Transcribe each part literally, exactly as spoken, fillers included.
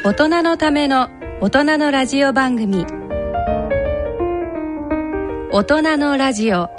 大人のための大人のラジオ番組、大人のラジオ。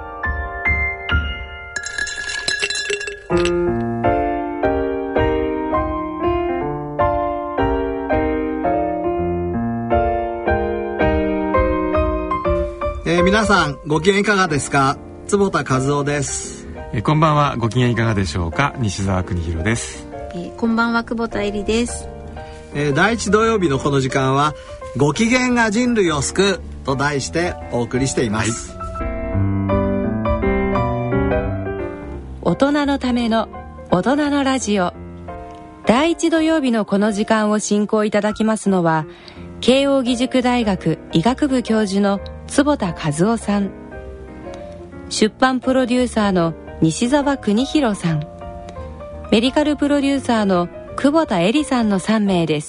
えー、皆さんご機嫌いかがですか。坪田和夫です。 えー、こんばんは。ご機嫌いかがでしょうか。西澤邦弘です。 えー、こんばんは。久保田恵里です。 えー、第一土曜日のこの時間はご機嫌が人類を救うと題してお送りしています。 はい、大人のための大人のラジオ。第一土曜日のこの時間を進行いただきますのは、慶應義塾大学医学部教授の坪田和夫さん、出版プロデューサーの西澤邦弘さん、メディカルプロデューサーの久保田恵里さんのさん名です。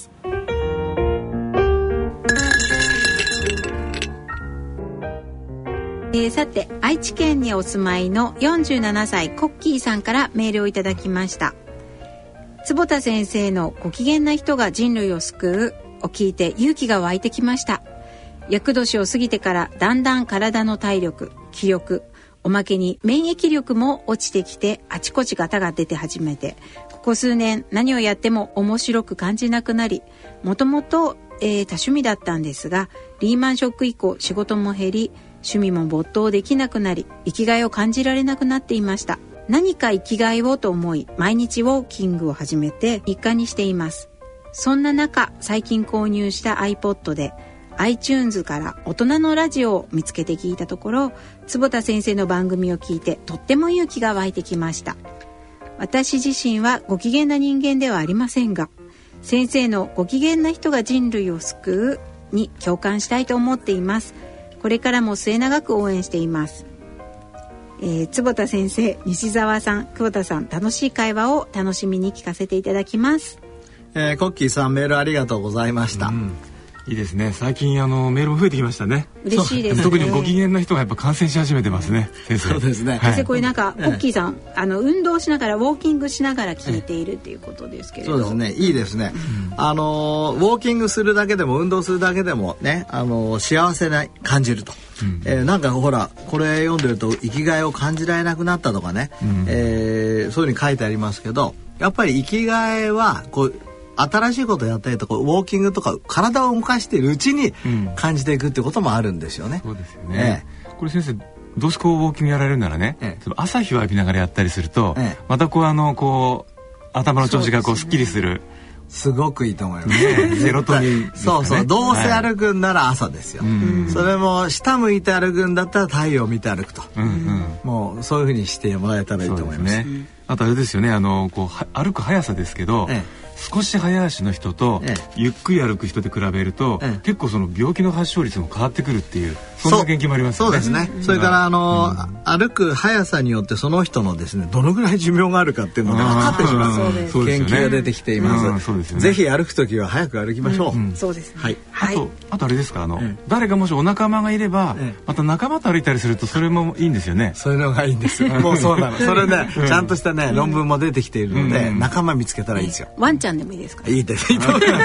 えー、さて、愛知県にお住まいのよんじゅうななさいコッキーさんからメールをいただきました。坪田先生のご機嫌な人が人類を救うを聞いて勇気が湧いてきました。厄年を過ぎてからだんだん体の体力、気力、おまけに免疫力も落ちてきて、あちこちガタが出て始めて、ここ数年何をやっても面白く感じなくなり、もともと、えー、多趣味だったんですが、リーマンショック以降仕事も減り、趣味も没頭できなくなり、生きがいを感じられなくなっていました。何か生きがいをと思い、毎日ウォーキングを始めて日課にしています。そんな中、最近購入した iPod でiTunes から大人のラジオを見つけて聞いたところ、坪田先生の番組を聞いてとっても勇気が湧いてきました。私自身はご機嫌な人間ではありませんが、先生のご機嫌な人が人類を救うに共感したいと思っています。これからも末永く応援しています。えー、坪田先生、西澤さん、久保田さん、楽しい会話を楽しみに聞かせていただきます。 えー、コッキーさん、メールありがとうございました。うん、 いいですね。最近あのメールも増えてきましたね。 嬉しいですね。 特にご機嫌な人がやっぱ感染し始めてますね。先生。 そうですね。 はい、先生、これなんか、コッキーさん、あの運動しながらウォーキングしながら聞いているっていうことですけれど。 そうですね。いいですね。うん、あのウォーキングするだけでも運動するだけでもね、あの幸せな感じると。うん、えー、なんかほらこれ読んでると生きがいを感じられなくなったとかね、うん、えー、そういうふうに書いてありますけど、やっぱり生きがいはこう新しいことをやったりとかウォーキングとか体を動かしているうちに感じていくってこともあるんですよね。 うん、そうですよね。ええ、これ先生、どうしてこうウォーキングやられるならね、ええ、朝日を浴びながらやったりすると、ええ、またこうあのこう頭の調子がこうすっきりする。 すごくいいと思います。ね、 セロトニンですかね。 そうそう、どうせ歩くんなら朝ですよ。はい、それも下向いて歩くんだったら太陽を見て歩くと。うんうん、もうそういうふうにしてもらえたらいいと思います。 そうですね。あとあれですよね、あのこう歩く速さですけど、ええ、少し早足の人と、ええ、ゆっくり歩く人で比べると、ええ、結構その病気の発症率も変わってくるっていう、そんな研究もありますよね。 そうですね。それからあの、うん、歩く速さによってその人のですね、どのぐらい寿命があるかっていうのが分かってしまう研究が出てきています。うん、そうですよね。ぜひ歩くときは早く歩きましょう。うんうん、 そうですね。 はい。 あと、あとあれですか、あの、ええ、誰かもしお仲間がいれば、ええ、また仲間と歩いたりするとそれもいいんですよね。 そういうのがいいんですよ。もうそうなの。それね、ちゃんとしたね、論文も出てきているので、仲間見つけたらいいですよ。 ワンちゃんでもいいですか。 いいです。いいと思います。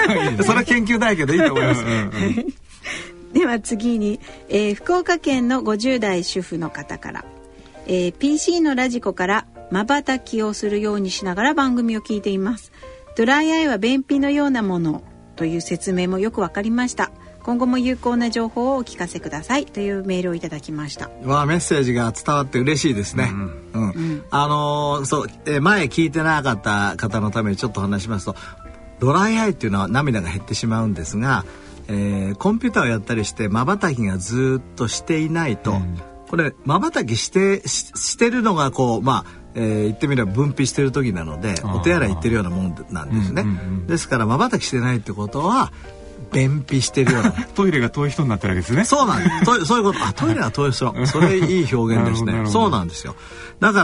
それは研究だけどいいと思います。 では次に、えー、福岡県のごじゅう代主婦の方から、えー、ピーシー のラジコから瞬きをするようにしながら番組を聞いています。ドライアイは便秘のようなものという説明もよくわかりました。今後も有効な情報をお聞かせくださいというメールをいただきました。 わあ、メッセージが伝わって嬉しいですね。うんうんうん、あのー、そう、えー、前聞いてなかった方のためにちょっと話しますと、ドライアイっていうのは涙が減ってしまうんですが、えー、コンピューターをやったりして瞬きがずっとしていないと、うん、これ瞬きして し, してるのがこう、まあえー、言ってみれば分泌してる時なので、お手洗い行ってるようなもんなんですね。うんうんうん、ですから瞬きしてないってことは便秘してるようなトイレが遠い人になってるわけですね。 そうなんです。そういうこと。あ、トイレが遠い人。それいい表現ですね。そうなんですよ。だから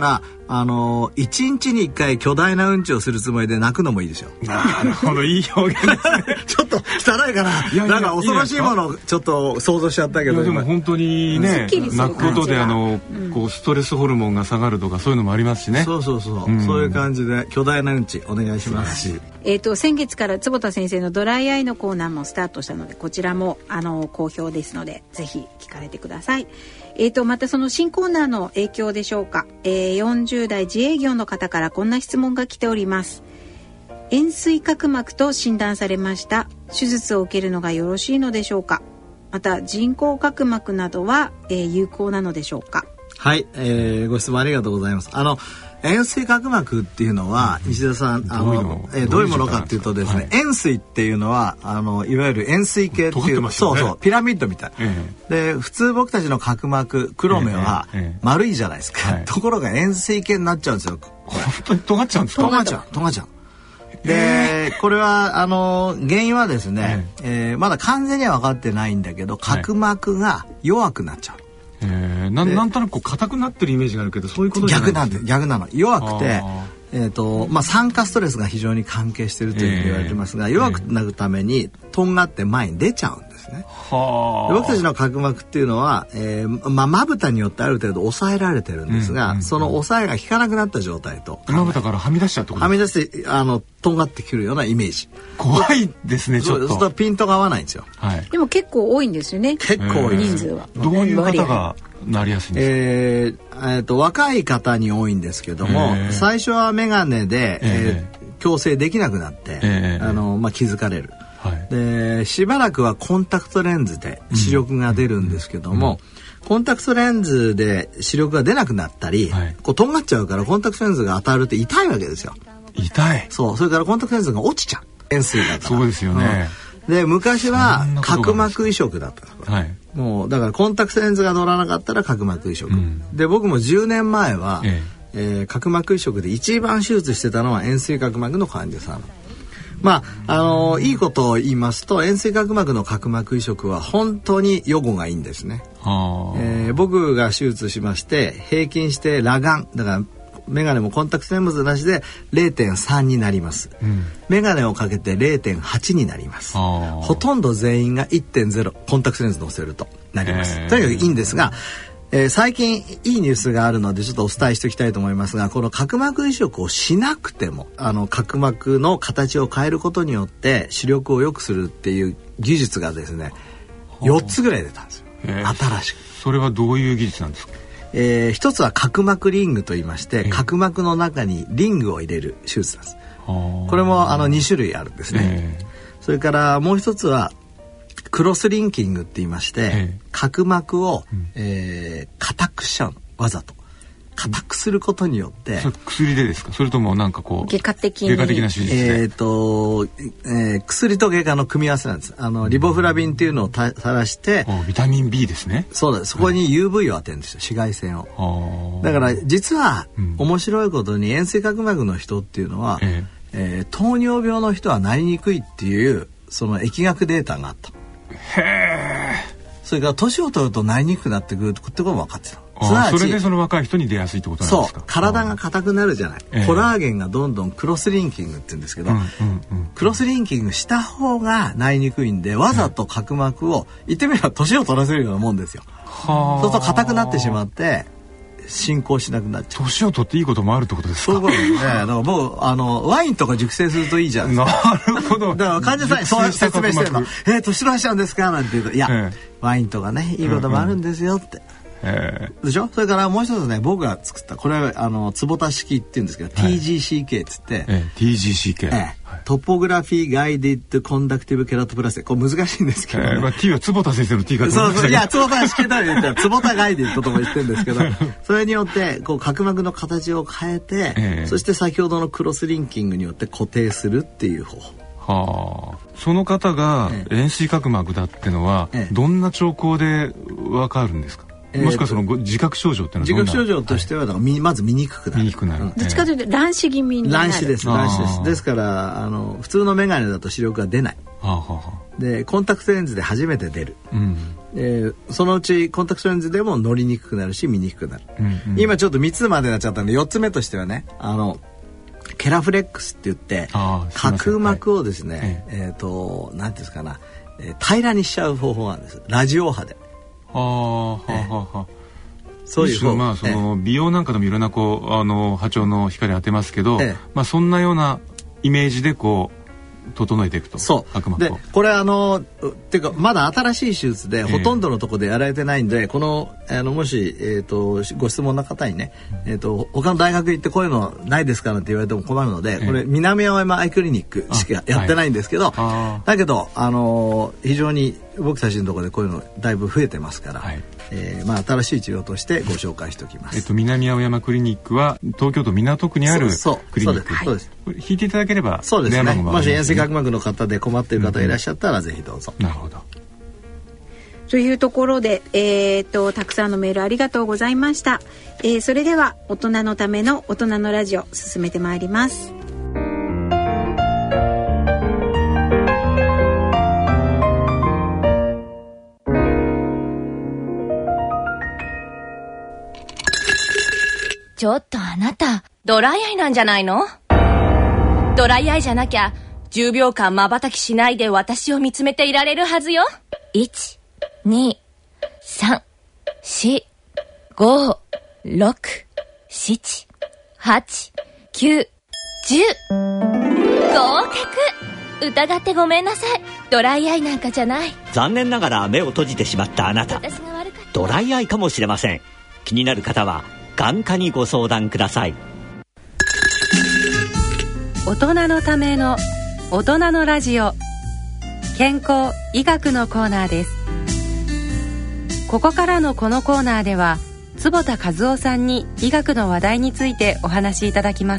あの一日に一回巨大なうんちをするつもりで泣くのもいいですよ。 なるほど、いい表現ですね。 ちょっと汚いかな。いやいや、なんか恐ろしいものをちょっと想像しちゃったけど。いやでも本当にね、泣くことであの、うん、こうストレスホルモンが下がるとかそういうのもありますしね。 そうそうそう、うん、そういう感じで巨大なうんちお願いしますし。 えっと先月から坪田先生のドライアイのコーナーもスタートしたので、こちらもあの好評ですのでぜひ聞かれてください。えーとまたその新コーナーの影響でしょうか、えー、よんじゅう代自営業の方からこんな質問が来ております。円錐角膜と診断されました。手術を受けるのがよろしいのでしょうか。また人工角膜などは、えー、有効なのでしょうか。 はい、えー、ご質問ありがとうございます。あの円錐角膜っていうのは、うん、石田さん、あのどういう、えー、どういうものかっていうとですね、はい、円錐っていうのはあのいわゆる円錐形っていう、ね、そうそうピラミッドみたい、えー、で普通僕たちの角膜黒目は丸いじゃないですか、えーえー、ところが円錐形になっちゃうんですよ。 本当に尖っちゃうんですか。 尖っちゃう尖っちゃうで、これはあの原因はですね、えーえー、まだ完全には分かってないんだけど角膜が弱くなっちゃう。 えー、な, なんとなくこう硬くなってるイメージがあるけど、そういうことじゃない。 逆なんで逆なの。弱くて、えーとまあ、酸化ストレスが非常に関係しているというふうに言われてますが、えー、弱くなるためにとんがって前に出ちゃうんですね。はで僕たちの角膜っていうのは、えーまあ、まぶたによってある程度抑えられてるんですが、うんうんうん、その抑えが効かなくなった状態と、 まぶたからはみ出しちゃうってことですか。 はみ出してあのとんがってくるようなイメージ。 怖いですね。ちょっとそうするとピントが合わないんですよ、 はい、でも結構多いんですよね。 結構多い人数は。 どういう方がなりやすいんですか。 えーえー、と若い方に多いんですけども、えー、最初は眼鏡で、えーえー、矯正できなくなって、えーあのまあ、気づかれる、はい、でしばらくはコンタクトレンズで視力が出るんですけども、うん、コンタクトレンズで視力が出なくなったり、はい、こうとんがっちゃうからコンタクトレンズが当たるって痛いわけですよ。 痛い。 そう、それからコンタクトレンズが落ちちゃう。円錐だから。 そうですよね、 うん、で昔は角膜移植だった、はい、もうだからコンタクトレンズが乗らなかったら角膜移植、うん、で僕もじゅうねんまえは、えええー、角膜移植で一番手術してたのは円錐角膜の患者さん。まああのー、いいことを言いますと円錐角膜の角膜移植は本当に予後がいいんですね。はえー、僕が手術しまして平均して裸眼だからメガネもコンタクトレンズなしで れいてんさん になります、うん、メガネをかけて れいてんはち になります。ほとんど全員が いってんゼロ コンタクトレンズ乗せるとなります。とにかくいいんですが、えー、最近いいニュースがあるのでちょっとお伝えしておきたいと思いますが、この角膜移植をしなくてもあの角膜の形を変えることによって視力を良くするっていう技術がですねよっつぐらい出たんですよ、新しく。 それはどういう技術なんですか。 えー、一つは角膜リングと言いまして、角膜の中にリングを入れる手術なんです。これもあのに種類あるんですね、えー、それからもう一つはクロスリンキングって言いまして、えー、角膜を、うんえー、硬くしちゃうの。わざと硬くすることによって、 それ薬でですか。それともなんかこう外科的に外科的な手術で、 えーとえー、薬と外科の組み合わせなんです。あのリボフラビンっていうのを垂らして、 ビタミン ビー ですね。 そうだ、そこに ユーブイ を当てるんですよ、紫外線を。だから実は、うん、面白いことに円錐角膜の人っていうのは、えーえー、糖尿病の人はなりにくいっていうその疫学データがあった。 へー。 それから年を取るとなりにくくなってくるってことも分かってた。 あそれでその若い人に出やすいってことなんですか。 そう、体が硬くなるじゃない、えー、コラーゲンがどんどんクロスリンキングって言うんですけど、うんうんうん、クロスリンキングした方がなりにくいんでわざと角膜を、えー、言ってみれば年を取らせるようなもんですよ。そうすると硬くなってしまって進行しなくなっちゃう。 年を取っていいこともあるってことですか。 そういうことですね。だから僕あのワインとか熟成するといいじゃないですか。 なるほど。 だから患者さんにそうやって説明してるの。えー、年取らしちゃうんですかなんて言うと、いや、えー、ワインとかねいいこともあるんですよって。うんうんえー、でしょ。それからもう一つね、僕が作ったこれはあの坪田式って言うんですけど、はい、ティージーシーケー っつって、 えー、ティージーシーケー、 えーはい、トポグラフィーガイディッドコンダクティブケラトプラステ、これ難しいんですけど、ね、 えーまあ、T は坪田先生の T がそうそう、いや坪田式だよ言ったら坪田ガイディッドとも言ってるんですけどそれによってこう角膜の形を変えて、えー、そして先ほどのクロスリンキングによって固定するっていう方法。 はあ、その方が円錐角膜だってのは、ええ、どんな兆候でわかるんですか。もしくはその自覚症状ってのはどんな。自覚症状としてはだから、はい、まず見にくくなる。 見にくくなる。うん、 どっちかというと乱視気味になる。 乱視です。乱視です。ですからあの普通の眼鏡だと視力が出ない。はあはあ、でコンタクトレンズで初めて出る。うん、 えー、そのうちコンタクトレンズでも乗りにくくなるし見にくくなる、うんうん、今ちょっとみっつまでになっちゃったんでよっつめとしてはね、あのケラフレックスって言って角膜をですね、はい、えっ、ー、となんていうんですかな、えー、平らにしちゃう方法なんです。ラジオ波で。はあ、はあ、はあ。 そういうまあその美容なんかでもいろんなこうあの波長の光当てますけど、ええ、まあそんなようなイメージでこう整えていくと。 そうでこれあのっていうかまだ新しい手術で、えー、ほとんどのところでやられてないんで、このあのもし、えー、とご質問の方にね、えー、と他の大学行ってこういうのないですかなんて言われても困るので、えー、これ南青山アイクリニックしかやってないんですけど、はい、だけどあの非常に僕たちのところでこういうのだいぶ増えてますから、はい、えーまあ、新しい治療としてご紹介しておきます。 えっと、南青山クリニックは東京都港区にあるクリニック。 そうです。 これ引いていただければ。 そうですね。もし遠征角膜の方で困っている方いらっしゃったら、ぜひどうぞ。 なるほど。 というところで、えー、とたくさんのメールありがとうございました。えー、それでは大人のための大人のラジオ進めてまいります。 ちょっとあなた、ドライアイなんじゃないの？ドライアイじゃなきゃじゅうびょうかん瞬きしないで私を見つめていられるはずよ。いち、に、さん、よん、ご、ろく、しち、はち、きゅう、じゅう。合格！疑ってごめんなさい。ドライアイなんかじゃない。 残念ながら目を閉じてしまったあなた。ドライアイかもしれません。気になる方は眼科にご相談ください。 大人のための大人のラジオ、健康医学のコーナーです。ここからのこのコーナーでは坪田和夫さんに医学の話題についてお話しいただきます。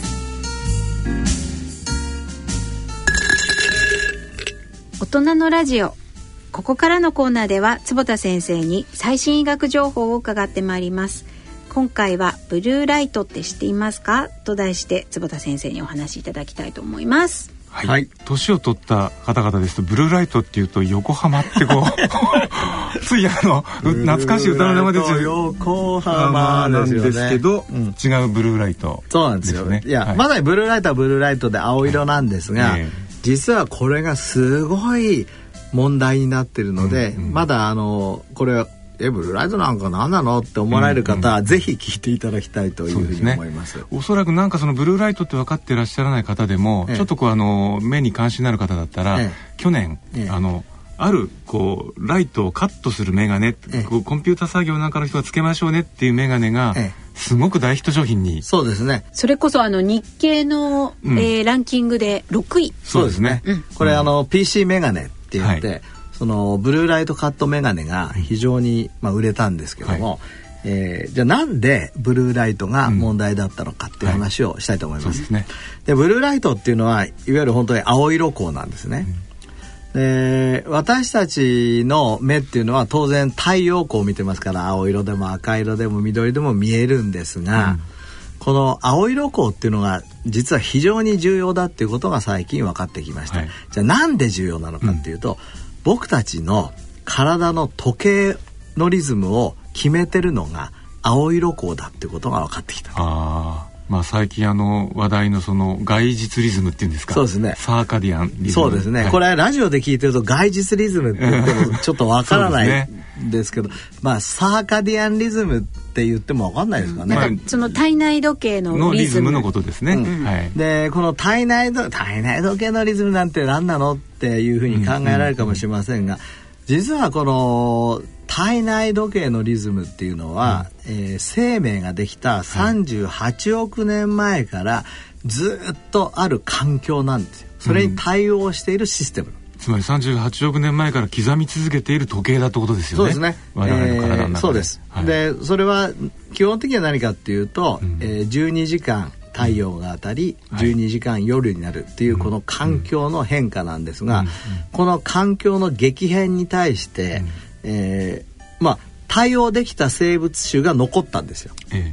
大人のラジオ、ここからのコーナーでは坪田先生に最新医学情報を伺ってまいります。今回はブルーライトって知っていますかと題して坪田先生にお話しいただきたいと思います。 はい、年を取った方々ですとブルーライトっていうと横浜ってこうついあの懐かしい歌の名前ですよ。 横浜なんですけど、うん、違うブルーライト、 ね、そうなんですよね。いや、はい、まだブルーライトはブルーライトで青色なんですが、はい、えー、実はこれがすごい問題になってるので、うんうん、まだあのこれえブルーライトなんか何なのって思われる方は、うんうん、ぜひ聞いていただきたいというふうに思います。 そうですね、おそらくなんかそのブルーライトって分かっていらっしゃらない方でも、ええ、ちょっとこうあの目に関心のある方だったら、ええ、去年、ええ、あのあるこうライトをカットするメガネ、ええ、こうコンピューター作業なんかの人はつけましょうねっていうメガネが、ええ、すごく大ヒット商品に。 そうですね。 それこそあの日経の、うん、えー、ランキングでろくい。 そうですね、 うん、これあの ピーシー メガネって言って、はい、そのブルーライトカットメガネが非常に、まあ、売れたんですけども、はい、えー、じゃあなんでブルーライトが問題だったのかっていう話をしたいと思います。うん、はい、で、でブルーライトっていうのはいわゆる本当に青色光なんですね。うん、で私たちの目っていうのは当然太陽光を見てますから青色でも赤色でも緑でも見えるんですが、うん、この青色光っていうのが実は非常に重要だっていうことが最近分かってきました。はい、じゃあなんで重要なのかっていうと、うん、僕たちの体の時計のリズムを決めてるのが青色光だっていうことが分かってきた。 あ、まあ、最近あの話題のその外日リズムっていうんですか。 そうですね。 サーカディアンリズム。 そうですね。はい、これラジオで聞いてると外日リズムって言ってもちょっと分からないんですけど、ね、まあサーカディアンリズムって言っても分かんないですかね。 なんかその体内時計のリズムのリズムのことですね。うん、はい。 でこの体内ど体内時計のリズムなんて何なのっていうふうに考えられるかもしれませんが、うんうんうん、実はこの体内時計のリズムっていうのは、うん、えー、生命ができたさんじゅうはちおくねんまえからずっとある環境なんですよ。それに対応しているシステム、 うん、つまりさんじゅうはちおくねんまえから刻み続けている時計だってことですよね。 そうですね。 我々の体の中で、えー、 そうです、はい、でそれは基本的には何かっていうと、うん、えー、じゅうにじかん太陽が当たり、うん、じゅうにじかん夜になるっていうこの環境の変化なんですが、うんうん、この環境の激変に対して、うん、えー、まあ対応できた生物種が残ったんですよ。ええ、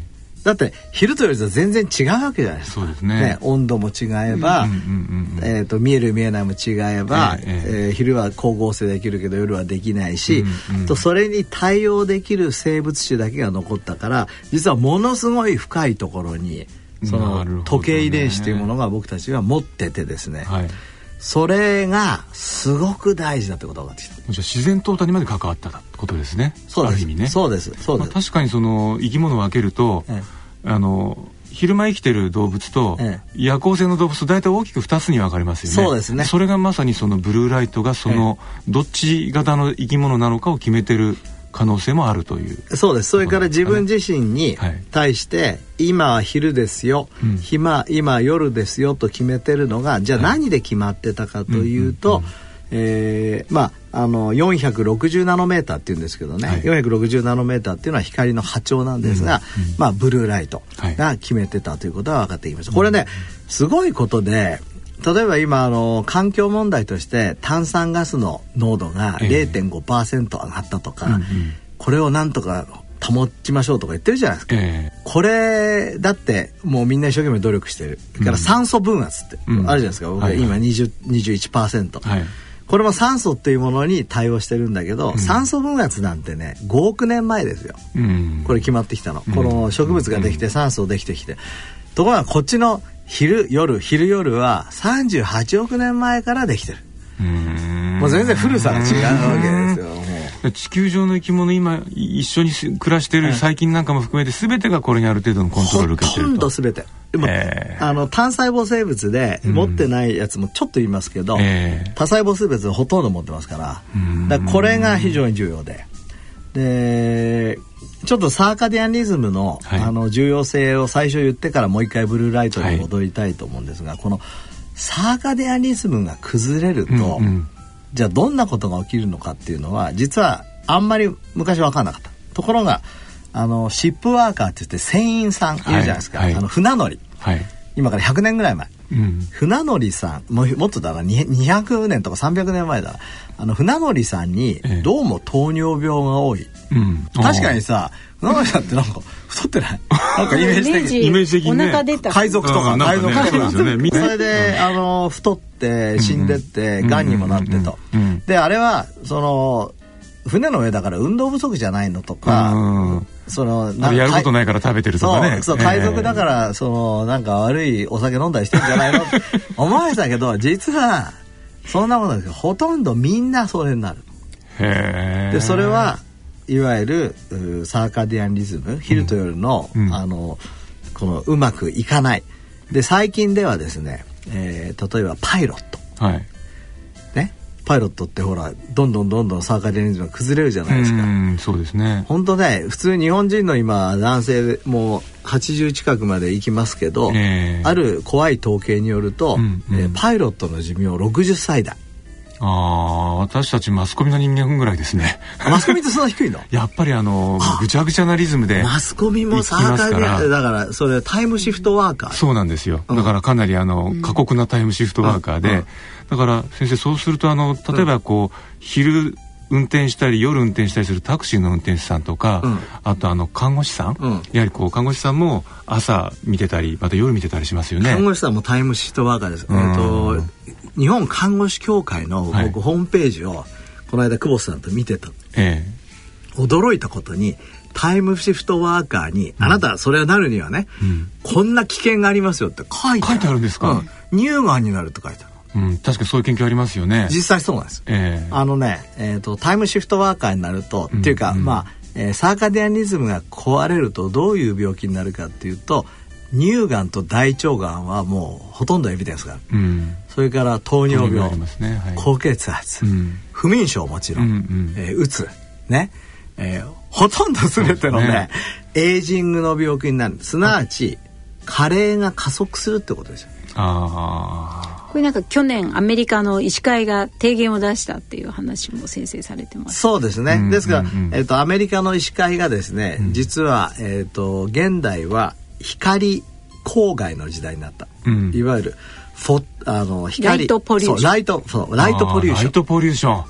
だって昼と夜と全然違うわけじゃないですか。 そうですね。 ね、温度も違えば、えーと、見える見えないも違えば、えーえー、昼は光合成できるけど夜はできないし、うんうん、とそれに対応できる生物種だけが残ったから、実はものすごい深いところにその時計遺伝子というものが僕たちは持っててですね、はい、それがすごく大事だってことが分かってきた。 じゃあ自然淘汰にまで関わったことですね。 そうです。 ある意味ね。 そうです。そうです。 まあ、確かにその生き物を分けると、ええ、あの昼間生きてる動物と、ええ、夜行性の動物と大体大きくふたつに分かれますよね。 そうですね。 それがまさにそのブルーライトがその、ええ、どっち型の生き物なのかを決めてる可能性もあるという。 そうです。それから自分自身に対して、はい、今は昼ですよ、うん、今今夜ですよと決めてるのが、じゃあ何で決まってたかというと、はい、えー、まああのよんひゃくろくじゅうナノメーターっていうんですけどね、はい、よんひゃくろくじゅうナノメーターっていうのは光の波長なんですが、うんうん、まあブルーライトが決めてたということは分かってきました。これね、すごいことで、例えば今あの環境問題として炭酸ガスの濃度が れいてんごパーセント 上がったとか、えーうんうん、これをなんとか保ちましょうとか言ってるじゃないですか、えー、これだってもうみんな一生懸命努力してる。それから酸素分圧ってあるじゃないですか、うん、僕は今 にじゅう、にじゅういちパーセント、はい、これも酸素っていうものに対応してるんだけど、うん、酸素分圧なんてねごおくねんまえですよ、うん、これ決まってきたの、うん、この植物ができて酸素できてきて、ところがこっちの昼夜昼夜はさんじゅうはちおくねんまえからできてる。うーん、もう全然古さが違うわけですよ。もう地球上の生き物今一緒に暮らしている細菌なんかも含めて全てがこれにある程度のコントロールを受けていると。 ほとんど全て。でもあの単細胞生物で持ってないやつもちょっと言いますけど、うん、多細胞生物はほとんど持ってますから、だからこれが非常に重要で、でちょっとサーカディアンリズム の,、はい、あの重要性を最初言ってからもう一回ブルーライトに戻りたいと思うんですが、はい、このサーカディアンリズムが崩れると、うんうん、じゃあどんなことが起きるのかっていうのは実はあんまり昔分からなかった。ところがあのシップワーカーって言って船員さんいるじゃないですか、はいはい、あの船乗り、はい、今からひゃくねんぐらい前、うん、船乗りさん も, もっとだなにひゃくねんとかさんびゃくねんまえだ。あの船乗りさんにどうも糖尿病が多い、ええ、うん、確かにさ船乗りさんってなんか太ってないなんかイメージ的イメージ的にね、 お腹出た海賊とか海賊とか、ね、それであの太って死んでってがんにもなってと、うんうんうん、であれはその船の上だから運動不足じゃないのとか、うん、そのなんやることないから食べてるとかね、 そうそう海賊だから、えー、そのなんか悪いお酒飲んだりしてるんじゃないのって思われたけど実はそんなことないですけどほとんどみんなそれになる。へでそれはいわゆるサーカディアンリズム、昼と夜の、うん、あのこのうまくいかないで最近ではですね、えー、例えばパイロット、はいね、パイロットってほらどんどんどんどんサーカディアンリズムが崩れるじゃないですか。うん、 そうですね。 本当ね普通日本人の今男性もはちじゅう近くまで行きますけど、えー、ある怖い統計によると、うんうんえー、パイロットの寿命ろくじゅっさいだ。 あ私たちマスコミの人間ぐらいですね。 マスコミってそんな低いの？ やっぱりあのぐちゃぐちゃなリズムでマスコミもサーカディアンだからそれタイムシフトワーカー。 そうなんですよ、うん、だからかなりあの過酷なタイムシフトワーカーで、うんうん、だから先生そうするとあの例えばこう、うん、昼運転したり夜運転したりするタクシーの運転手さんとか、うん、あとあの看護師さん、うん、やはりこう看護師さんも朝見てたりまた夜見てたりしますよね。 看護師さんもタイムシフトワーカーです、うんえー、と日本看護師協会の僕、はい、ホームページをこの間久保さんと見てた、えー、驚いたことにタイムシフトワーカーに、うん、あなたそれをなるにはね、うん、こんな危険がありますよって書いてある。 書いてあるんですか、 うん、乳がんになるって書いてある。 うん、確かにそういう研究ありますよね。 実際そうなんです、えー、あのね、えーと、タイムシフトワーカーになると、うん、っていうか、まあえー、サーカディアンリズムが壊れるとどういう病気になるかっていうと乳がんと大腸がんはもうほとんどエビデンスがある、うん、それから糖尿病、ねはい、高血圧、うん、不眠症もちろん、うんうんえー、うつね、えー、ほとんど全てのね、ねエイジングの病気になる。すなわち加齢が加速するってことですよ。 あこれなんか去年アメリカの医師会が提言を出したっていう話も先生されてます。 そうですね、うん、ですから、うんうんえー、とアメリカの医師会がですね、うん、実は、えー、と現代は光光害の時代になった、うん、いわゆるフォあの光ライトポリューションそうライトそうライトポリューションライトポリューション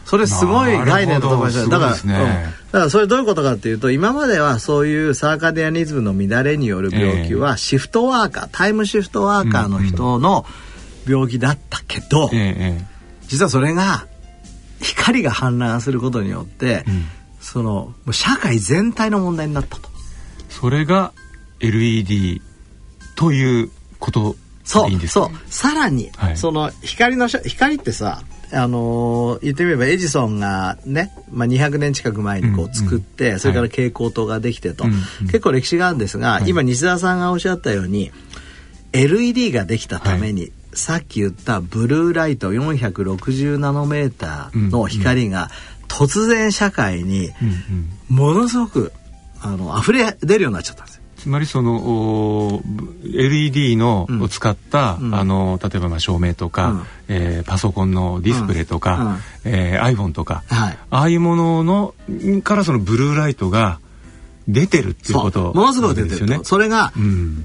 それすごい概念だと思いますよ。だから、 ね、 うん、だからそれどういうことかっていうと、今まではそういうサーカディアニズムの乱れによる病気はシフトワーカー、タイムシフトワーカーの人の病気だったけど、うんうん、実はそれが光が氾濫することによって、うん、その社会全体の問題になったと。 それが エルイーディー ということでいいんですか？ そうそう。さらに、はい、その光の光ってさ、あのー、言ってみればエジソンがね、まあ、にひゃくねん近く前にこう作って、うんうん、それから蛍光灯ができてと、はい、結構歴史があるんですが、はい、今西澤さんがおっしゃったように エルイーディー ができたために、はい、さっき言ったブルーライトよんひゃくろくじゅうナノメーターの光が突然社会にものすごくあの溢れ出るようになっちゃったんです。 つまりその エルイーディー の、うん、を使った、うん、あの例えばまあ照明とか、うんえー、パソコンのディスプレイとか、うんえー、iPhone とか、はい、ああいうもののからそのブルーライトが出てるっていうことものすごく出てると。それが、うん、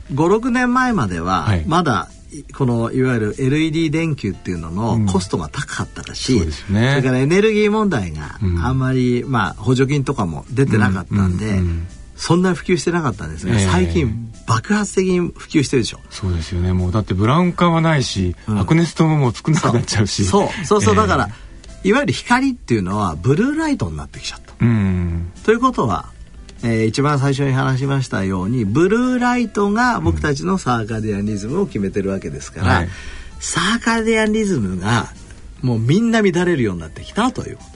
ごろくねんまえまではまだ、はい、このいわゆる エルイーディー 電球っていうののコストが高かったし、うん そ, うですね、それからエネルギー問題があんまり、うんまあ、補助金とかも出てなかったんで、うんうんうんそんなに普及してなかったんですが、えー、最近爆発的に普及してるでしょ。 そうですよね。もうだってブラウン管はないし、うん、白熱灯ももう少なくなっちゃうし。 そうそうそう、えー、だからいわゆる光っていうのはブルーライトになってきちゃった。うん、ということは、えー、一番最初に話しましたようにブルーライトが僕たちのサーカディアンリズムを決めてるわけですから、うんはい、サーカディアンリズムがもうみんな乱れるようになってきたということ。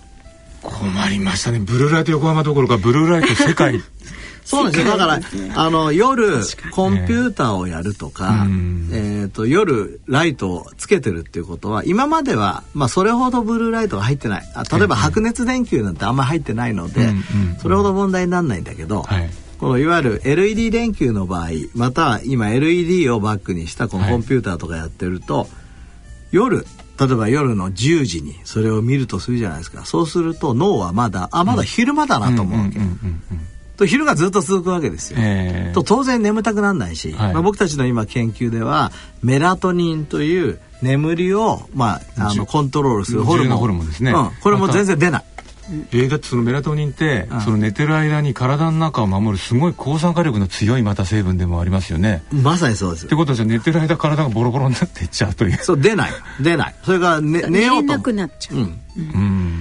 困りましたね。ブルーライト横浜どころかブルーライト世界そうなんですよ。だからあの夜コンピューターをやるとか、えー、と夜ライトをつけてるっていうことは今までは、まあ、それほどブルーライトが入ってない。あ例えば白熱電球なんてあんまり入ってないので、それほど問題にならないんだけど、はい、このいわゆる エルイーディー 電球の場合または今 エルイーディー をバックにしたこのコンピューターとかやってると、はい、夜例えば夜のじゅうじにそれを見るとするじゃないですか。そうすると脳はまだあまだ昼間だなと思うわけ。と昼がずっと続くわけですよ、えー、と当然眠たくならないし、はいまあ、僕たちの今研究ではメラトニンという眠りを、まあ、あのコントロールするホルモン、 ホルモンですね、 うん、これも全然出ない。 えー、だってそのメラトニンって、うん、その寝てる間に体の中を守るすごい抗酸化力の強いまた成分でもありますよね。 まさにそうです。 ってことはじゃあ寝てる間体がボロボロになっていっちゃうという。 そう出ない出ない。それから、ね、寝ようと寝れなくなっちゃう、うんうん、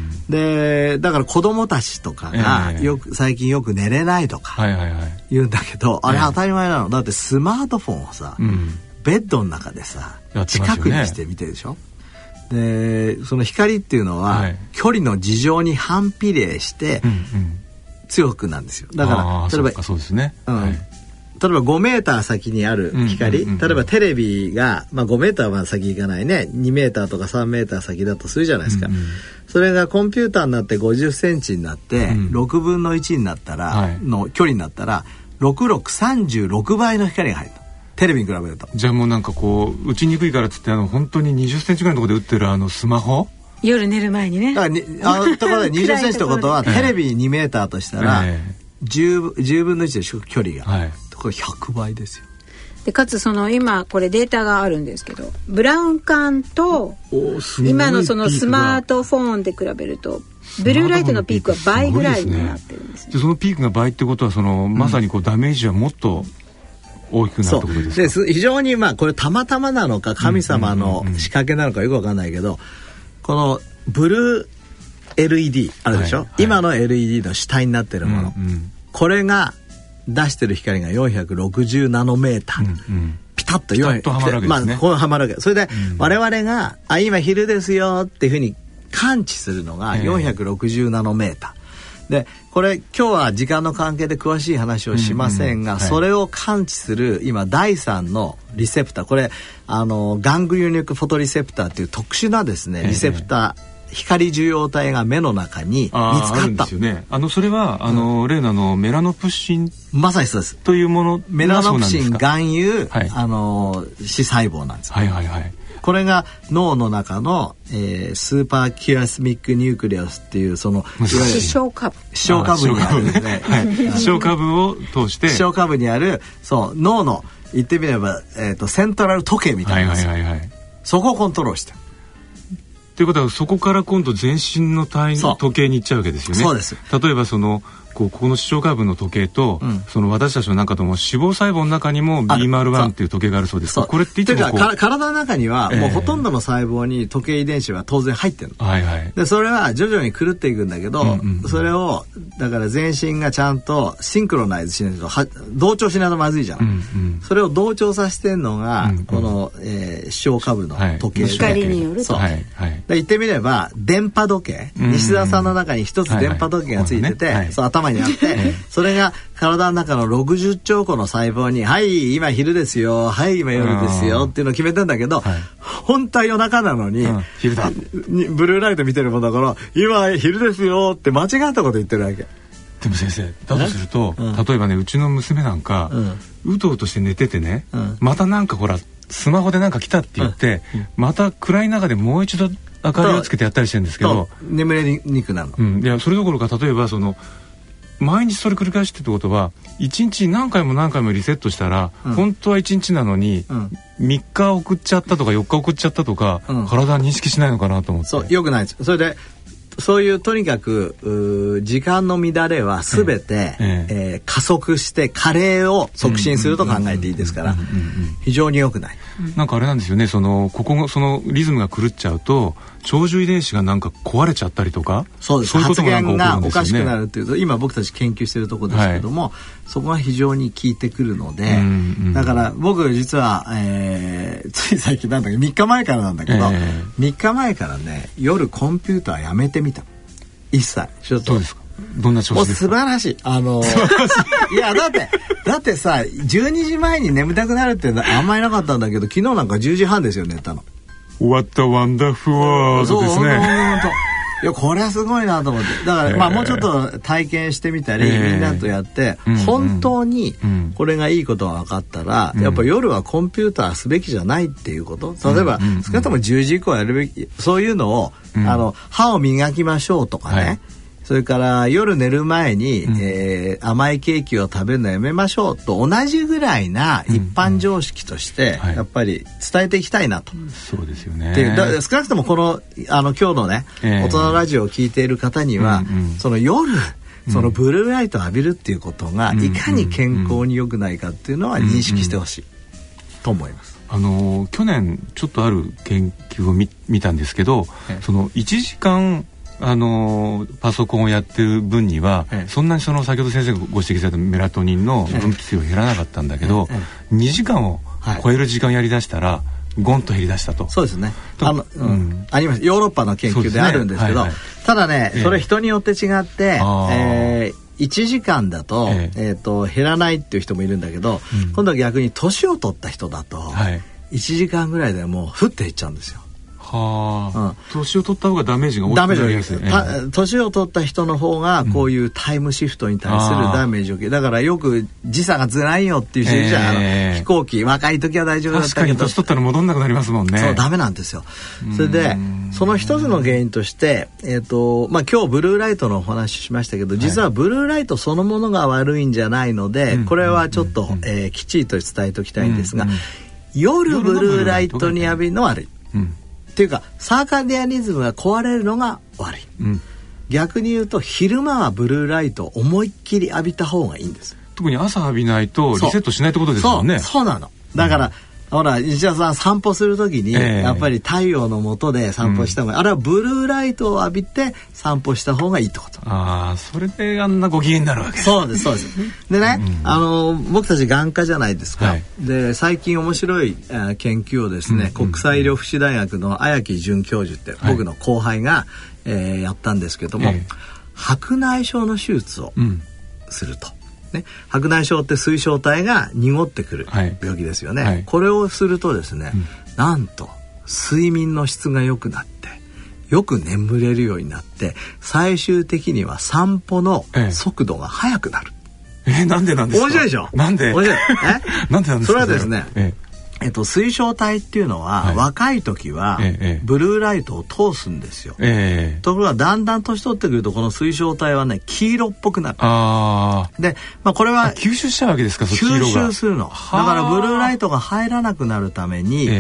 でだから子供たちとかがよく、えー、最近よく寝れないとか言うんだけど、はいはいはい、あれ当たり前なの。だってスマートフォンをさ、うん、ベッドの中でさ、ね、近くにして見てるでしょ。でその光っていうのは、はい、距離の事情に反比例して強くなんですよ。だから例えばそうですね、うんはい、例えばごメーター先にある光、うんうんうんうん、例えばテレビが、まあ、ごメーターは先行かないねにメーターとかさんメーター先だとするじゃないですか、うんうん、それがコンピューターになってごじゅっセンチになって、うん、ろくぶんのいちになったら、はい、の距離になったらろくろくさんじゅうろくばいの光が入る。テレビに比べると。 じゃあもうなんかこう打ちにくいからっつってあの本当ににじゅっセンチぐらいのところで打ってるあのスマホ夜寝る前にね。 だからにあのところでにじゅっセンチってことはテレビにメーターとしたら、えー、10, じゅうぶんのいちでしょ距離が、はい、これひゃくばいですよ。 でかつその今これデータがあるんですけどブラウン管と今のそのスマートフォンで比べるとブルーライトのピークは倍ぐらいになってるんですね。 でそのピークが倍ってことはその、うん、まさにこうダメージはもっと大きくなるってことですか。 そうです。非常にまあこれたまたまなのか神様の仕掛けなのかよくわかんないけど、このブルー エルイーディー あるでしょ、はいはい、今の エルイーディー の主体になってるもの、うんうん、これが出してる光がよんひゃくろくじゅうナノメーター、うんうん、ピタッとよんひゃくはまるわけですね。 まあ、こうはまるわけ。それで我々が、うん、あ今昼ですよっていうふうに感知するのがよんひゃくろくじゅうナノメーター、えー、でこれ今日は時間の関係で詳しい話をしませんが、うんうんはい、それを感知する今だいさんのリセプター、これあのガングリオニックフォトリセプターっていう特殊なですねリセプター、えー、光受容体が目の中に見つかった。あるんですよね。 あのそれはあの、うん、例のあのメラノプシンまさにそうですというもの。 メラノプシン含有、はい、あの視細胞なんですよ。 はいはいはい。 これが脳の中の、えー、スーパーキュアスミックニュークリアスっていうその視床下部視床下部にあるですね、 はい、視床下部を通して視床下部にあるそう脳の言ってみれば、えー、とセントラル時計みたいな、はいはいはいはい、そこをコントロールしてる。っということはそこから今度全身の単位の時計に行っちゃうわけですよね。 そうです。 例えばそのこうここの視床下部の時計と、うん、その私たちの中とも脂肪細胞の中にも ビーマルワン っていう時計があるそうです。これっていつもこうか体の中にはもうほとんどの細胞に時計遺伝子は当然入ってるの、はいはい、でそれは徐々に狂っていくんだけど、うんうんうん、それをだから全身がちゃんとシンクロナイズしないとは同調しないとまずいじゃん、うんうん、それを同調させてるのが、うんうん、この、えー、視床下部の時計で、 はい、光によると、 そう、はいはい、言ってみれば電波時計、うんうん、西澤さんの中に一つ電波時計がついてて、はいはい、そう頭にあってそれが体の中のろくじゅっちょう個の細胞にはい今昼ですよはい今夜ですよっていうのを決めてんだけど、はい、本当は夜中なのに、うん、昼だにブルーライト見てるもんだから今昼ですよって間違ったこと言ってるわけ。 でも先生だとすると、うん、例えばねうちの娘なんか、うん、うとうとして寝ててね、うん、またなんかほらスマホでなんか来たって言って、うん、また暗い中でもう一度明かりをつけてやったりしてるんですけど眠れにくなるの、 うん、いやそれどころか例えばその毎日それ繰り返してってことはいちにち何回も何回もリセットしたら、うん、本当はいちにちなのに、うん、みっか送っちゃったとかよっか送っちゃったとか、うん、体は認識しないのかなと思って。 そうよくないです。それでそういうとにかく時間の乱れは全て、えええー、加速して加齢を促進すると考えていいですから非常に良くない。 なんかあれなんですよね、そのここそのリズムが狂っちゃうと長寿遺伝子がなんか壊れちゃったりとか、 そうです、そういうこともなんか起こるんですよね。発言がおかしくなるっていうと今僕たち研究しているところですけども、はい、そこが非常に効いてくるので、うんうん、だから僕実は、えー、つい最近なんだけどみっかまえからなんだけど、えー、みっかまえからね夜コンピューターやめてみた。一切ちょっと。 どうですか。どんな調子ですか。 もう素晴らしい。あのいやだってだってさじゅうにじまえに眠たくなるってあんまりなかったんだけど昨日なんかじゅうじはんですよ寝たの。 What a wonderful world ですね。 いやこれはすごいなと思って。だから、えー、まあもうちょっと体験してみたり、えー、みんなとやって、うんうん、本当にこれがいいことが分かったら、うん、やっぱ夜はコンピューターすべきじゃないっていうこと。例えば、うんうんうん、少なくともじゅうじ以降やるべき、そういうのを、うん、あの歯を磨きましょうとかね、はい、それから夜寝る前に、うんえー、甘いケーキを食べるのやめましょうと同じぐらいな一般常識としてやっぱり伝えていきたいなと、 うんうんはい、そうですよね。 でだ少なくともこのあの今日のね、えー、大人のラジオを聞いている方には、うんうん、その夜そのブルーライトを浴びるっていうことがいかに健康に良くないかっていうのは認識してほしいと思います。 あの去年ちょっとある研究を 見, 見たんですけど、えー、そのいちじかんあのパソコンをやってる分には、ええ、そんなにその先ほど先生がご指摘されたメラトニンの分泌量減らなかったんだけど、ええ、にじかんを超える時間やりだしたら、はい、ゴンと減りだしたと。 そうですね。あの、うん、あります。ヨーロッパの研究であるんですけど、ねはいはい、ただね、それ人によって違って、えー、いちじかんだと、えええー、と減らないっていう人もいるんだけど、うん、今度は逆に年を取った人だと、はい、いちじかんぐらいでもうふっていっちゃうんですよ。 はあ、うん、年を取った方がダメージが大きくなりやすい。 年を取った人の方がこういうタイムシフトに対するダメージを受け、うん、だからよく時差がずらんよっていう人いるじゃん、えー、あの飛行機若い時は大丈夫だったけど確かに年取ったら戻んなくなりますもんね。 そうダメなんですよ。それでその一つの原因として、えーとまあ、今日ブルーライトのお話しましたけど実はブルーライトそのものが悪いんじゃないので、はい、これはちょっと、うんえー、きっちりと伝えておきたいんですが、うんうん、夜ブルーライトに浴びるのは悪い、うんっていうかサーカディアリズムが壊れるのが悪い、うん、逆に言うと昼間はブルーライトを思いっきり浴びた方がいいんです。 特に朝浴びないとリセットしないってことですもんね。 そう、そうなの。だから、うんほら西田さん散歩する時に、えー、やっぱり太陽の下で散歩した方がいい、うん、あれはブルーライトを浴びて散歩した方がいいってこと。 ああそれであんなご機嫌になるわけです。 そうですそうですでね、うん、あの僕たち眼科じゃないですか、はい、で最近面白い、えー、研究をですね、うん、国際医療福祉大学の綾木准教授って僕の後輩が、はいえー、やったんですけども、えー、白内障の手術をすると、うんね、白内障って水晶体が濁ってくる病気ですよね、はいはい、これをするとですね、うん、なんと睡眠の質が良くなってよく眠れるようになって最終的には散歩の速度が速くなる。 ええ、なんでなんですか。 面白いでしょ。 なんで面白いえなんでなんですか。 それはですね、えええっと、水晶体っていうのは、はい、若い時は、ええ、ブルーライトを通すんですよ、ええ、ところがだんだん年取ってくるとこの水晶体はね黄色っぽくなる。あで、まあ、これは吸収しちゃうわけですか。そ吸収するのだからブルーライトが入らなくなるために、ええ、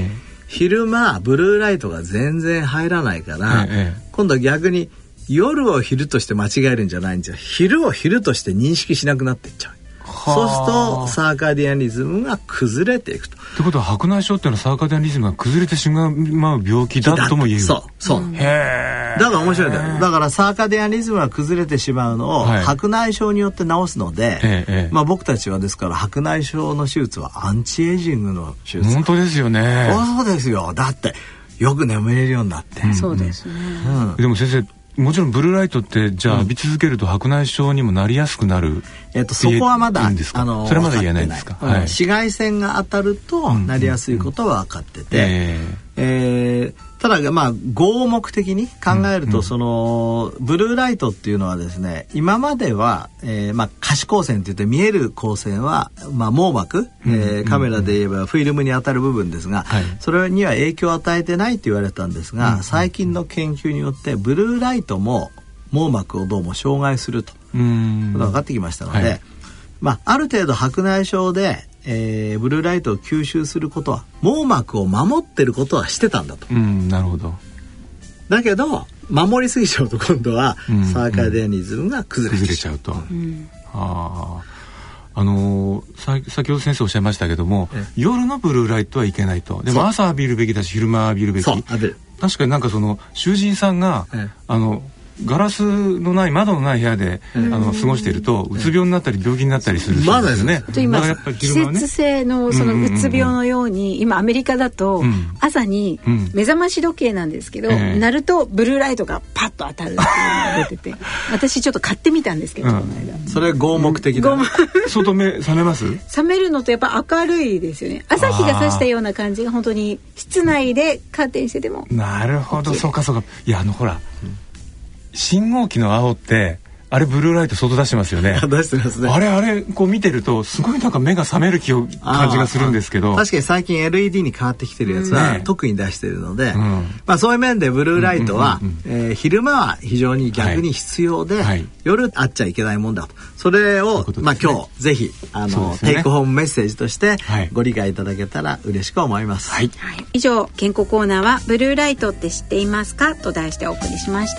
昼間ブルーライトが全然入らないから、ええ、今度は逆に夜を昼として間違えるんじゃないんですよ。昼を昼として認識しなくなっていっちゃう。そうするとサーカディアンリズムが崩れていくと。 ってことは白内障っていうのはサーカディアンリズムが崩れてしまう病気だとも言える。 そうそう。へー。だから面白いんだよ。だからサーカディアンリズムが崩れてしまうのを白内障によって治すので、はい、まあ僕たちはですから白内障の手術はアンチエイジングの手術。 本当ですよね。 そうですよ。だってよく眠れるようになって。 うん、そうですね。 うん、でも先生。もちろんブルーライトってじゃあ浴び続けると白内障にもなりやすくなる、うん、 えっとそこはまだいいんですか？あのそれはまだ言えないんですか？ うん、はい、紫外線が当たるとなりやすいことは分かってて、うんうんうんえーえーただまあ合目的に考えると、そのブルーライトっていうのはですね、今までは、えー、まあ可視光線って言って見える光線はまあ網膜、えー、カメラで言えばフィルムに当たる部分ですが、はい、それには影響を与えてないって言われたんですが、うん、最近の研究によってブルーライトも網膜をどうも障害するということが分かってきましたので、はい、まあある程度白内障でえー、ブルーライトを吸収することは網膜を守ってることはしてたんだと、 うん、なるほど。 だけど守りすぎちゃうと今度はサーカディアニズムが崩れちゃう、 うんうん、崩れちゃうと、うん、ああのー、さ先ほど先生おっしゃいましたけども、夜のブルーライトはいけないと。でも朝浴びるべきだし昼間浴びるべき。 そう浴びる。 確かになんかその囚人さんが、あのガラスのない窓のない部屋で、うん、あの過ごしているとうつ病になったり病気になったりするそうですね。 うん、今季節性のそのうつ病のように、うんうんうん、今アメリカだと朝に目覚まし時計なんですけど、うん、鳴るとブルーライトがパッと当たるっていうのが出てて、私ちょっと買ってみたんですけど、うん、この間それ合目的だ、ね、 相当目覚めます？ 覚めるのとやっぱ明るいですよね。朝日が差したような感じが本当に室内でカーテンしてても。 なるほど、そうかそうか。いやあのほら、うん信号機の青ってあれブルーライト相当出してますよね。 出してますね。 あれあれこう見てるとすごいなんか目が覚める気を感じがするんですけど、 確かに最近 エルイーディー に変わってきてるやつは、ね、特に出してるので、うん、まあそういう面でブルーライトは、うんうんうんうんえー、昼間は非常に逆に必要で、はいはい、夜あっちゃいけないもんだと。それをうう、ね、まあ今日ぜひあの、ね、テイクホームメッセージとしてご理解いただけたら嬉しく思います。 はいはい、以上健康コーナーはブルーライトって知っていますかと題してお送りしました。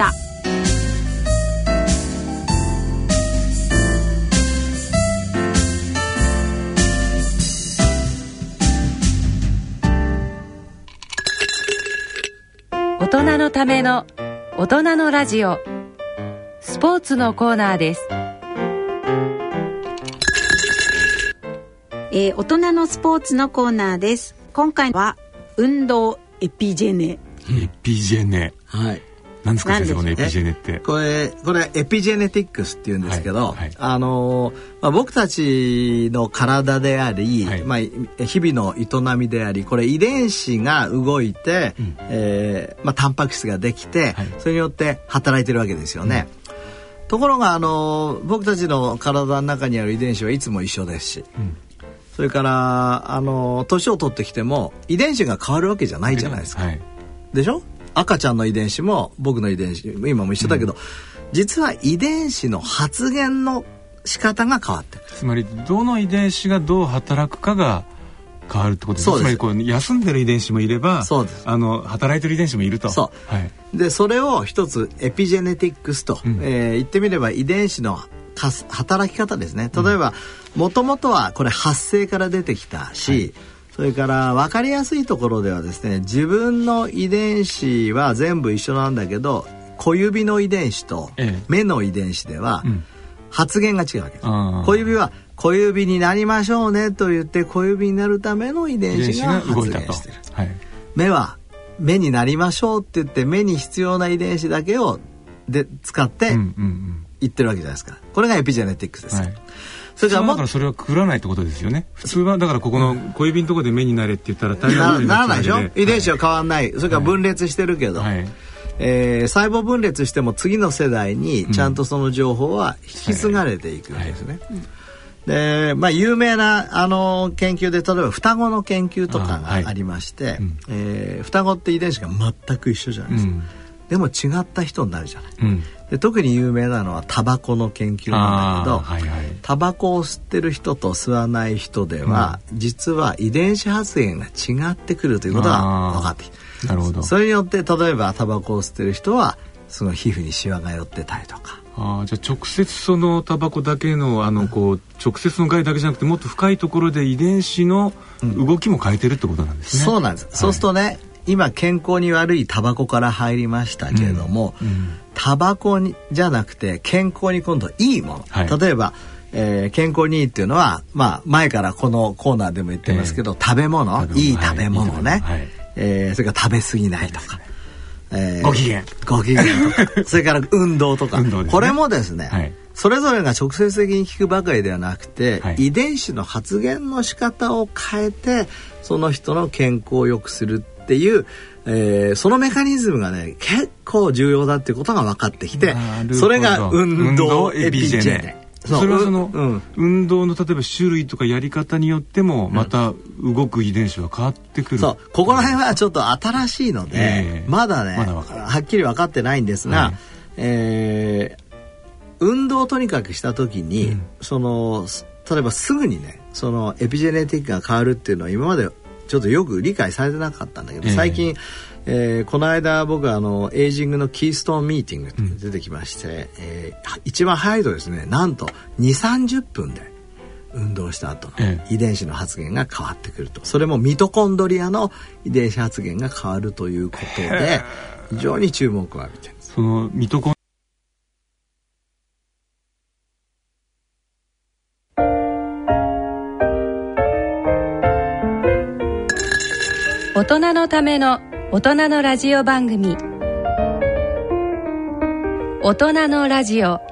大人のための大人のラジオスポーツのコーナーです。 えー、大人のスポーツのコーナーです。今回は運動エピジェネ。 エピジェネ、 はい、 何ですか先生このエピジェネって。 これこれエピジェネティックスっていうんですけど、はいはい、あのまあ、僕たちの体であり、はいまあ、日々の営みであり、これ遺伝子が動いて、うんえーまあ、タンパク質ができて、はい、それによって働いてるわけですよね。うん、ところがあの僕たちの体の中にある遺伝子はいつも一緒ですし、うんそれからあの年を取ってきても遺伝子が変わるわけじゃないじゃないですか、はい、でしょ。赤ちゃんの遺伝子も僕の遺伝子今も一緒だけど、うん、実は遺伝子の発現の仕方が変わってる。 つまりどの遺伝子がどう働くかが変わるってことです。つまりこう休んでる遺伝子もいればそうですあの働いてる遺伝子もいると。 そう、はい、でそれを一つエピジェネティックスと、うんえー、言ってみれば遺伝子の働き方ですね。例えばもともとはこれ発生から出てきたし、はい、それから分かりやすいところではですね自分の遺伝子は全部一緒なんだけど小指の遺伝子と目の遺伝子では発現が違うわけです、うん、小指は小指になりましょうねと言って小指になるための遺伝子が発現してる、はい、目は目になりましょうって言って目に必要な遺伝子だけをで使って、うんうんうん言ってるわけじゃないですか。これがエピジェネティックスです、はい、 それからもだからそれはくらないってことですよね。普通はだからここの小指のところで目になれって言ったら大変なことになっちゃうのでならないでしょ。遺伝子は変わんない、はい、それから分裂してるけど、はいえー、細胞分裂しても次の世代にちゃんとその情報は引き継がれていくんですね、はいはいでまあ、有名なあの研究で例えば双子の研究とかがありまして、はいうんえー、双子って遺伝子が全く一緒じゃないですか、うんでも違った人になるじゃない、 うん、 で特に有名なのはタバコの研究なんだけど、 はいはい、 タバコを吸ってる人と吸わない人では、うん、実は遺伝子発現が違ってくるということが分かってきた。 なるほど。 それによって例えばタバコを吸ってる人はその皮膚にシワが寄ってたりとか。 あ、じゃあ直接そのタバコだけのあのこう直接の害だけじゃなくてもっと深いところで遺伝子の動きも変えてるってことなんですね、 うん、そうなんです、はい、そうするとね、今健康に悪いタバコから入りましたけれども、うんうん、タバコにじゃなくて健康に今度いいもの、はい、例えば、えー、健康にいいっていうのは、まあ、前からこのコーナーでも言ってますけど、えー、食べ物、いい食べ物ね、はい、えー、それから食べ過ぎないとか、えー、 ご機嫌ご機嫌とかそれから運動とか運動ですね、これもですね、はい、それぞれが直接的に効くばかりではなくて、はい、遺伝子の発現の仕方を変えてその人の健康を良くするっていう、えー、そのメカニズムがね結構重要だっていうことが分かってきて、それが運動エピジェネ。 それはその、うん、運動の例えば種類とかやり方によってもまた動く遺伝子は変わってくる、うん、 そうここら辺はちょっと新しいので、えー、まだね、まだはっきり分かってないんですが、はい、えー、運動をとにかくした時に、うん、その例えばすぐにねそのエピジェネティックが変わるっていうのは今までちょっとよく理解されてなかったんだけど、最近、えー、この間僕はあのエイジングのキーストーンミーティングって出てきまして、うん、えー、一番早いとですねなんとにじゅうさんじゅっぷんで運動した後の遺伝子の発現が変わってくると、それもミトコンドリアの遺伝子発現が変わるということで非常に注目を浴びています。 そのミトコン大人のための大人のラジオ番組、大人のラジオ。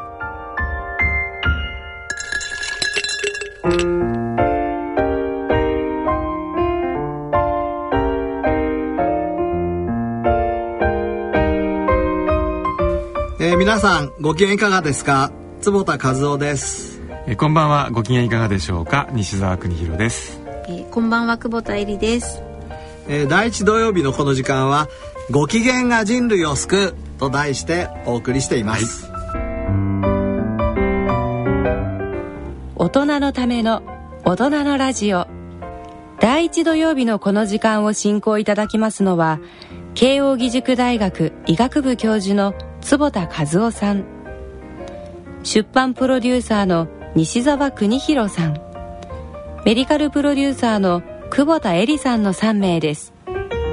えー、皆さんご機嫌いかがですか。坪田和夫です。 えー、こんばんは。ご機嫌いかがでしょうか。西澤邦弘です。 えー、こんばんは。久保田恵里です。 えー、第一土曜日のこの時間はご機嫌が人類を救うと題してお送りしています、 はい、大人のための大人のラジオ。第一土曜日のこの時間を進行いただきますのは慶應義塾大学医学部教授の坪田和夫さん、出版プロデューサーの西澤邦弘さん、メディカルプロデューサーの久保田恵里さんのさん名です。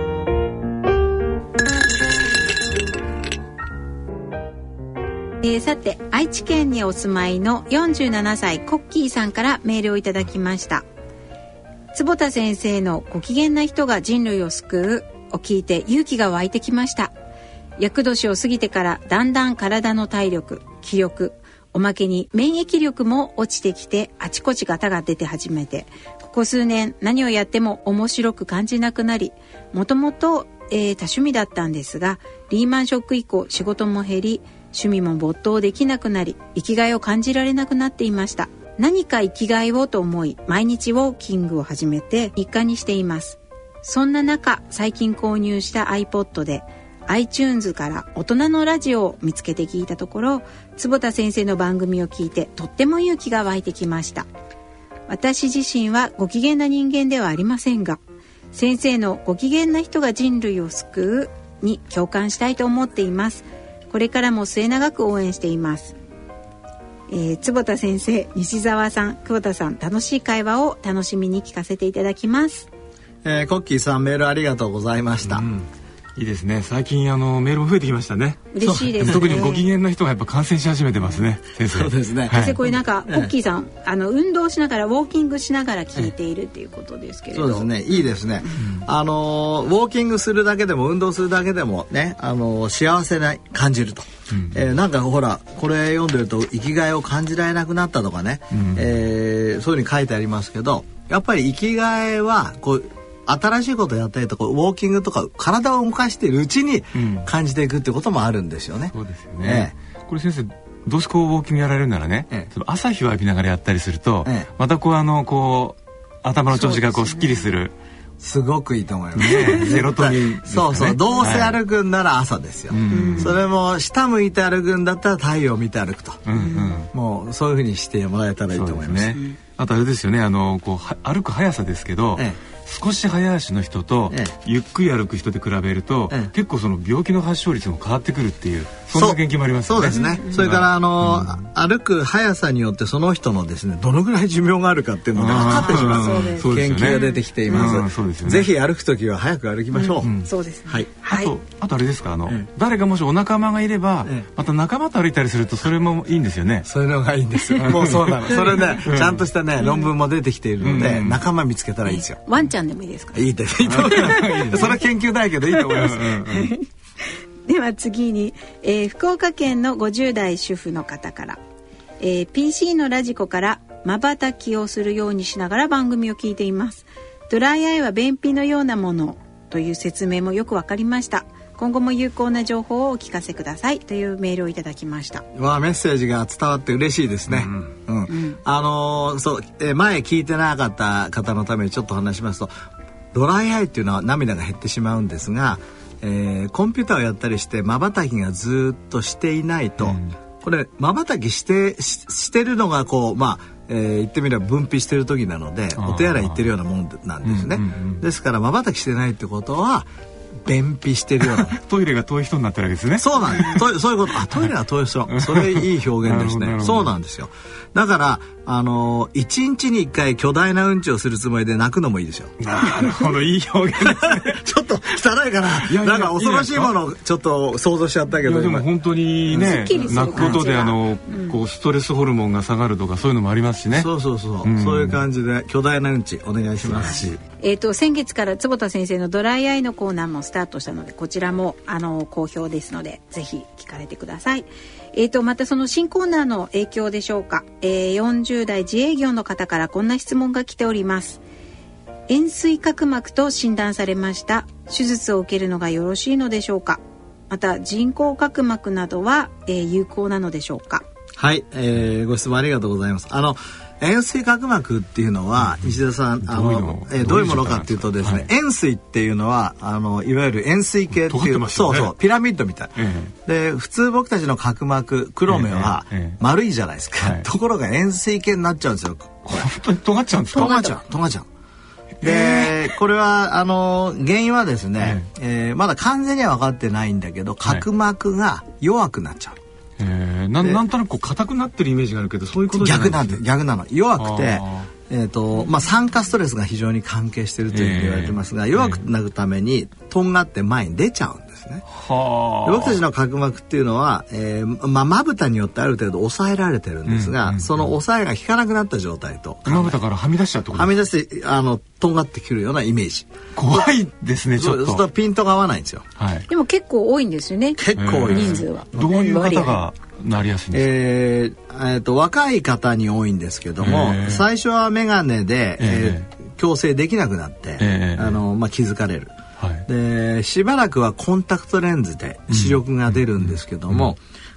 えー、さて愛知県にお住まいのよんじゅうななさいコッキーさんからメールをいただきました。坪田先生のご機嫌な人が人類を救うを聞いて勇気が湧いてきました。厄年を過ぎてからだんだん体の体力、気力、おまけに免疫力も落ちてきてあちこちガタが出て始めて、ここ数年何をやっても面白く感じなくなり、もともと、えー、多趣味だったんですがリーマンショック以降仕事も減り趣味も没頭できなくなり生きがいを感じられなくなっていました。何か生きがいをと思い毎日ウォーキングを始めて日課にしています。そんな中最近購入した iPod でiTunes から大人のラジオを見つけて聞いたところ、坪田先生の番組を聞いてとっても勇気が湧いてきました。私自身はご機嫌な人間ではありませんが、先生のご機嫌な人が人類を救うに共感したいと思っています。これからも末永く応援しています。えー、坪田先生、西澤さん、久保田さん、楽しい会話を楽しみに聞かせていただきます。 えー、コッキーさんメールありがとうございました。うん、 いいですね。最近あのメールも増えてきましたね。 嬉しいですね。 特にご機嫌な人がやっぱ感染し始めてますね。先生。 そうですね。 先生、これなんか、はい、コッキーさんあの運動しながらウォーキングしながら聞いているっていうことですけれど。 そうですね。いいですね。うん、あのウォーキングするだけでも運動するだけでもね、あの幸せな感じると。うん、えー、なんかほらこれ読んでると生きがいを感じられなくなったとかね、うん、えー、そういうふうに書いてありますけど、やっぱり生きがいはこう新しいことをやったりとかウォーキングとか体を動かしているうちに感じていくってこともあるんですよね。 うん、そうですよね。えー、これ先生どうしてこうウォーキングやられるならね、ええ、朝日を浴びながらやったりすると、ええ、またこうあのこう頭の調子がこうすっきりするすごくいいと思います、 ね、セロトニンですかね。 そうそう、どうせ歩くんなら朝ですよ、はい、それも下向いて歩くんだったら太陽を見て歩くと、うんうん、もうそういうふうにしてもらえたらいいと思います。 そうですね。あとあれですよね、あのこう歩く速さですけど、ええ、少し早足の人と、ええ、ゆっくり歩く人で比べると、ええ、結構その病気の発症率も変わってくるっていう、そんな研究もありますよね。 そうですね、うん、それからあの、うん、歩く速さによってその人のですねどのぐらい寿命があるかっていうのが分かってしまう、うん、研究が出てきています、うんね、ぜひ歩くときは早く歩きましょう、うんうん、 そうですね、 はい、 あと、あとあれですか、あの、ええ、誰かもしお仲間がいれば、ええ、また仲間と歩いたりするとそれもいいんですよね。 そういうのがいいんですもうそうなのそれね、ちゃんとしたね、うん、論文も出てきているので、うん、仲間見つけたらいいですよ。 ワンちゃんでもいいですか？ いいです、いいと思いますそれは研究だけどいいと思いますでは次に、えー、福岡県のごじゅう代主婦の方から、えー、ピーシー のラジコから瞬きをするようにしながら番組を聞いています。ドライアイは便秘のようなものという説明もよくわかりました。今後も有効な情報をお聞かせくださいというメールをいただきました。 わあ、メッセージが伝わって嬉しいですね、うんうんうん、あのー、そう、えー、前聞いてなかった方のためにちょっと話しますと、ドライアイっていうのは涙が減ってしまうんですが、えー、コンピューターをやったりして瞬きがずっとしていないと、うん、これ瞬きして し, してるのがこう、まあえー、言ってみれば分泌してる時なので、お手洗い行ってるようなもんなんですね、うんうんうん、ですから瞬きしてないってことは便秘してるようなトイレが遠い人になってるわけですね。 そうなんですトイそういうこと。あ、トイレが遠い人それいい表現ですねそうなんですよ。だからあのー、一日に一回巨大なうんちをするつもりで泣くのもいいですよ。 なるほど、いい表現ですねちょっと汚いかな。いやいや、なんか恐ろしいものをちょっと想像しちゃったけど、いやでも本当にね、泣くことであの、うん、こうストレスホルモンが下がるとかそういうのもありますしね。 そうそうそう、うん、そういう感じで巨大なうんちお願いします。 えーと、先月から坪田先生のドライアイのコーナーもスタートしたので、こちらもあの好評ですのでぜひ聞かれてください。えーと、またその新コーナーの影響でしょうか、えー、よんじゅう代自営業の方からこんな質問が来ております。円錐角膜と診断されました。手術を受けるのがよろしいのでしょうか。また人工角膜などは、えー、有効なのでしょうか。 はい、えー、ご質問ありがとうございます。あの円錐角膜っていうのは、うん、石田さん、あのえー、どういうものかっていうとですね、はい、円錐っていうのはあのいわゆる円錐形っていう、ね、そうそうピラミッドみたい、ええ、で普通僕たちの角膜黒目は丸いじゃないですか、ええええ、ところが円錐形になっちゃうんですよ。 本当に尖っちゃうんですか。 尖っちゃう尖っちゃうで、これはあの原因はですね、えー、まだ完全には分かってないんだけど角膜が弱くなっちゃう。 えー、な, なんとなくこう硬くなってるイメージがあるけど、そういうことじゃないですか。 逆なんで逆なの。弱くて、えーとまあ、酸化ストレスが非常に関係しているというふうに言われてますが、えー、弱くなるためにとんがって前に出ちゃうんですね。はで僕たちの角膜っていうのは、えーまあ、まぶたによってある程度抑えられてるんですが、うんうんうん、その抑えが効かなくなった状態と、 まぶたからはみ出しちゃうってことですか。 はみ出してあのとんがってくるようなイメージ。 怖いですね。ちょっとそうするとピントが合わないんですよ、 はい、でも結構多いんですよね。 結構多い人数は。 どういう方がなりやすいんですか。 えーえー、と若い方に多いんですけども、えー、最初は眼鏡で、えーえー、矯正できなくなって、えーあのまあ、気づかれる、はい、でしばらくはコンタクトレンズで視力が出るんですけども、うんうん、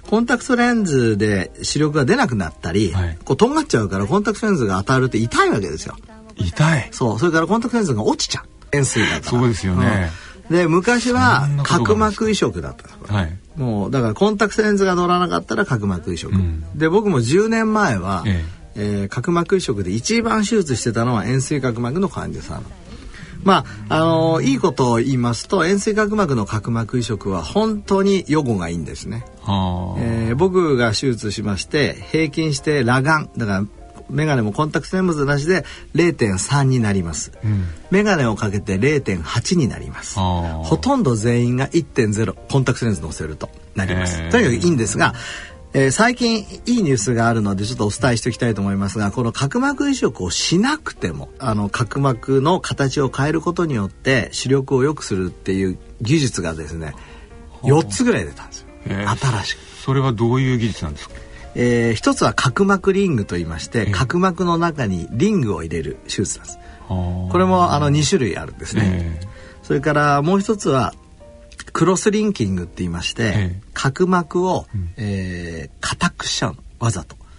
コンタクトレンズで視力が出なくなったり、はい、こうとんがっちゃうからコンタクトレンズが当たると痛いわけですよ。 痛い。 そう、それからコンタクトレンズが落ちちゃう。円錐だから。 そうですよね、 うん、で昔は角膜移植だった、はい、もうだからコンタクトレンズが乗らなかったら角膜移植、うん、で僕もじゅうねんまえは、えええー、角膜移植で一番手術してたのは円錐角膜の患者さん。まああのー、いいことを言いますと円錐角膜の角膜移植は本当に予後がいいんですね。はえー、僕が手術しまして平均して裸眼だからメガネもコンタクトレンズなしで れいてんさん になります、うん、メガネをかけて れいてんはち になります。ほとんど全員が いってんゼロ コンタクトレンズ乗せるとなります。とにかくいいんですが、えー、最近いいニュースがあるのでちょっとお伝えしておきたいと思いますが、この角膜移植をしなくてもあの角膜の形を変えることによって視力を良くするっていう技術がですねよっつぐらい出たんですよ、えー、新しく。 それはどういう技術なんですか。 えー、一つは角膜リングと言いまして、えー、角膜の中にリングを入れる手術なんです。これもあのに種類あるんですね、えー、それからもう一つはクロスリンキングって言いまして、えー、角膜を、うんえー、硬くしちゃうのわざと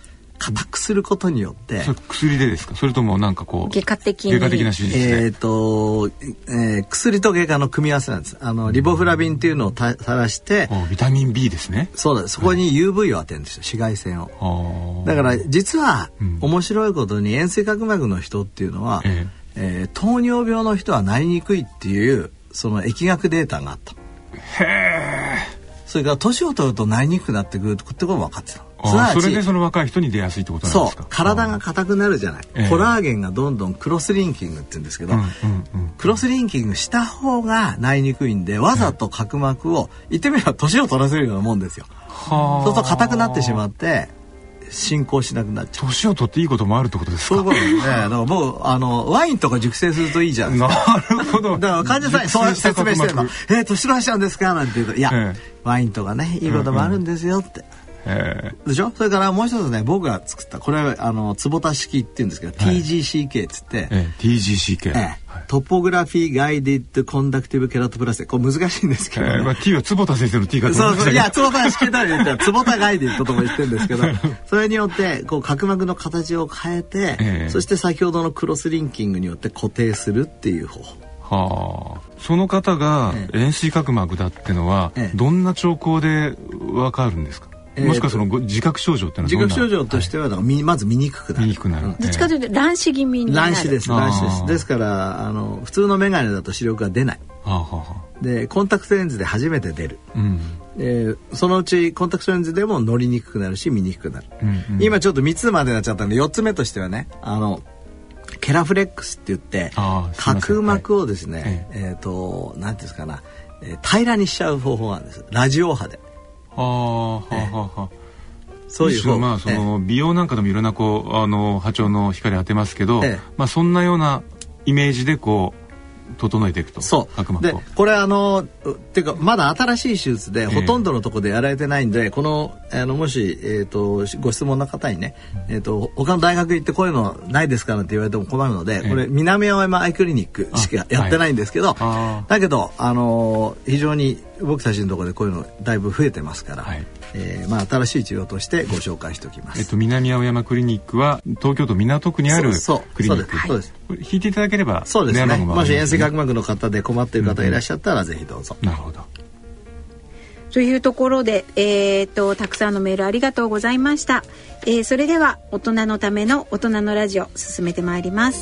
硬くすることによって、 それ薬でですか、それともなんかこう外科的に外科的な手術で、 えーとえー、薬と外科の組み合わせなんです。あのリボフラビンっていうのをた垂らして、 ビタミン ビー ですね。 そうだ、そこに ユーブイ を当てるんですよ、紫外線を。だから実は、うん、面白いことに円錐角膜の人っていうのは、えーえー、糖尿病の人はなりにくいっていうその疫学データがあった。 へー。 それから年を取るとなりにくくなってくるってことも分かってた。 すなわちそれでその若い人に出やすいってことなんですか。 そう、体が硬くなるじゃない、えー、コラーゲンがどんどんクロスリンキングって言うんですけど、うんうんうん、クロスリンキングした方がなりにくいんで、わざと角膜を言ってみれば年を取らせるようなもんですよ。そうすると硬くなってしまって進行しなくなっちゃう。 年を取っていいこともあるってことですか。 そういうことですね。だからもうあのワインとか熟成するといいじゃん。 なるほど。 だから患者さんにそう説明してるの。えー、年取らしちゃうんですかなんて言うと、いや、えー、ワインとかねいいこともあるんですよって。うんうん、えー、でしょ。それからもう一つね、僕が作ったこれはあの坪田式って言うんですけど、はい、ティージーシーケー っつって、 えー、ティージーシーケー、 えートポグラフィーガイディッドコンダクティブケラトプラステ、これ難しいんですけど、ね、 えーまあ、T は坪田先生の T かと思いましたけど、 そうそう、いや坪田式だよね、坪田ガイディッドとも言ってるんですけどそれによってこう角膜の形を変えて、えー、そして先ほどのクロスリンキングによって固定するっていう方法。 はあ、その方が円錐角膜だってのは、ええ、どんな兆候でわかるんですか。もしくはその自覚症状ってのはどんな。 自覚症状としてはだから、まず見にくくなる。 見にくくなる。 どっちかというと乱視気味になる。 乱視です。乱視です。ですからあの普通の眼鏡だと視力が出ない。はあはあ、でコンタクトレンズで初めて出る。うん、でそのうちコンタクトレンズでも乗りにくくなるし見にくくなる。うんうん、今ちょっとみっつまでになっちゃったんでよっつめとしてはね、あのケラフレックスって言って角膜をですね、はい、えっ、ー、となんていうんですかな、えー、平らにしちゃう方法なんです。ラジオ波で。はあはあはあ。 そういうまあその美容なんかでもいろんなこうあの波長の光当てますけど、ええ、まあそんなようなイメージでこう整えていくと。 そう角膜を。でこれあのっていうかまだ新しい手術で、ええ、ほとんどのところでやられてないんで、このあのもしえっ、ー、とご質問の方にね、えっ、ー、と他の大学行ってこういうのないですかなんて言われても困るので、ええ、これ南青山アイクリニックしかやってないんですけど、はい、だけどあの非常に僕たちのところでこういうのだいぶ増えてますから。はい、えーまあ、新しい治療としてご紹介しておきます。 えっと、南青山クリニックは東京都港区にあるクリニック。 そうです。 引いていただければ。 そうですね。もし円錐角膜の方で困っている方がいらっしゃったら、うん、ぜひどうぞ。 なるほど。 というところで、えー、とたくさんのメールありがとうございました。えー、それでは大人のための大人のラジオ進めてまいります。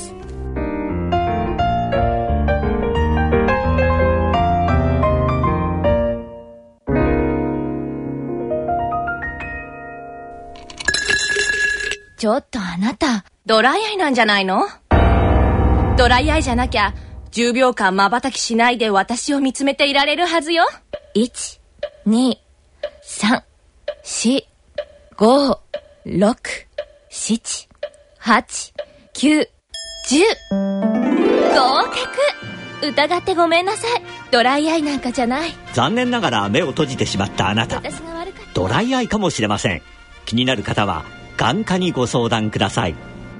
ちょっとあなた、ドライアイなんじゃないの？ドライアイじゃなきゃじゅうびょうかん瞬きしないで私を見つめていられるはずよ。いち、に、さん、し、ご、ろく、なな、はち、きゅう、じゅう。合格！疑ってごめんなさい。ドライアイなんかじゃない。 残念ながら目を閉じてしまったあなた、ドライアイかもしれません。気になる方は眼科にご相談ください。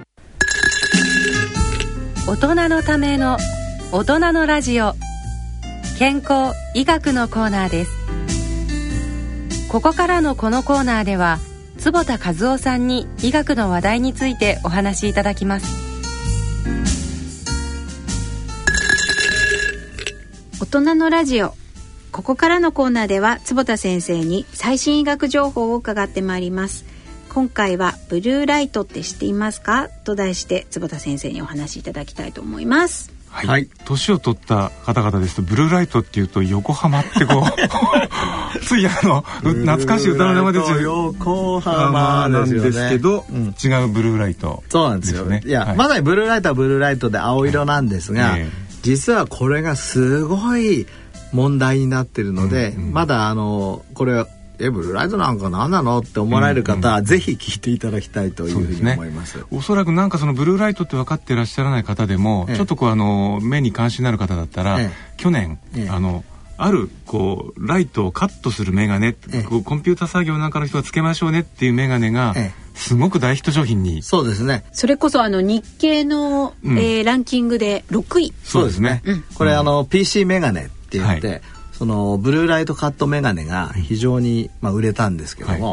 大人のための大人のラジオ、健康医学のコーナーです。ここからのこのコーナーでは坪田和夫さんに医学の話題についてお話しいただきます。 大人のラジオ、ここからのコーナーでは坪田先生に最新医学情報を伺ってまいります。今回はブルーライトって知っていますかと題して坪田先生にお話しいただきたいと思います。 はい、年を取った方々ですとブルーライトっていうと横浜ってこうついあの懐かしい歌の名前ですよ。 横浜なんですけど、 うん、違うブルーライト、 ね、そうなんですよね。いや、はい、まだブルーライトはブルーライトで青色なんですが、えー、実はこれがすごい問題になってるので、うんうん、まだあのこれえブルーライトなんか何なのって思われる方は、うんうん、ぜひ聞いていただきたいというふうに思います。 そうですね。おそらくなんかそのブルーライトって分かっていらっしゃらない方でも、ええ、ちょっとこうあの目に関心のある方だったら、ええ、去年、ええ、あのあるこうライトをカットするメガネ、ええ、こうコンピュータ作業なんかの人はつけましょうねっていうメガネが、ええ、すごく大ヒット商品に。 そうですね。 それこそあの日経の、うん、えー、ランキングでろくい。 そうですね、うん、これあの ピーシー メガネって言って、はい、そのブルーライトカットメガネが非常に、まあ、売れたんですけども、はい、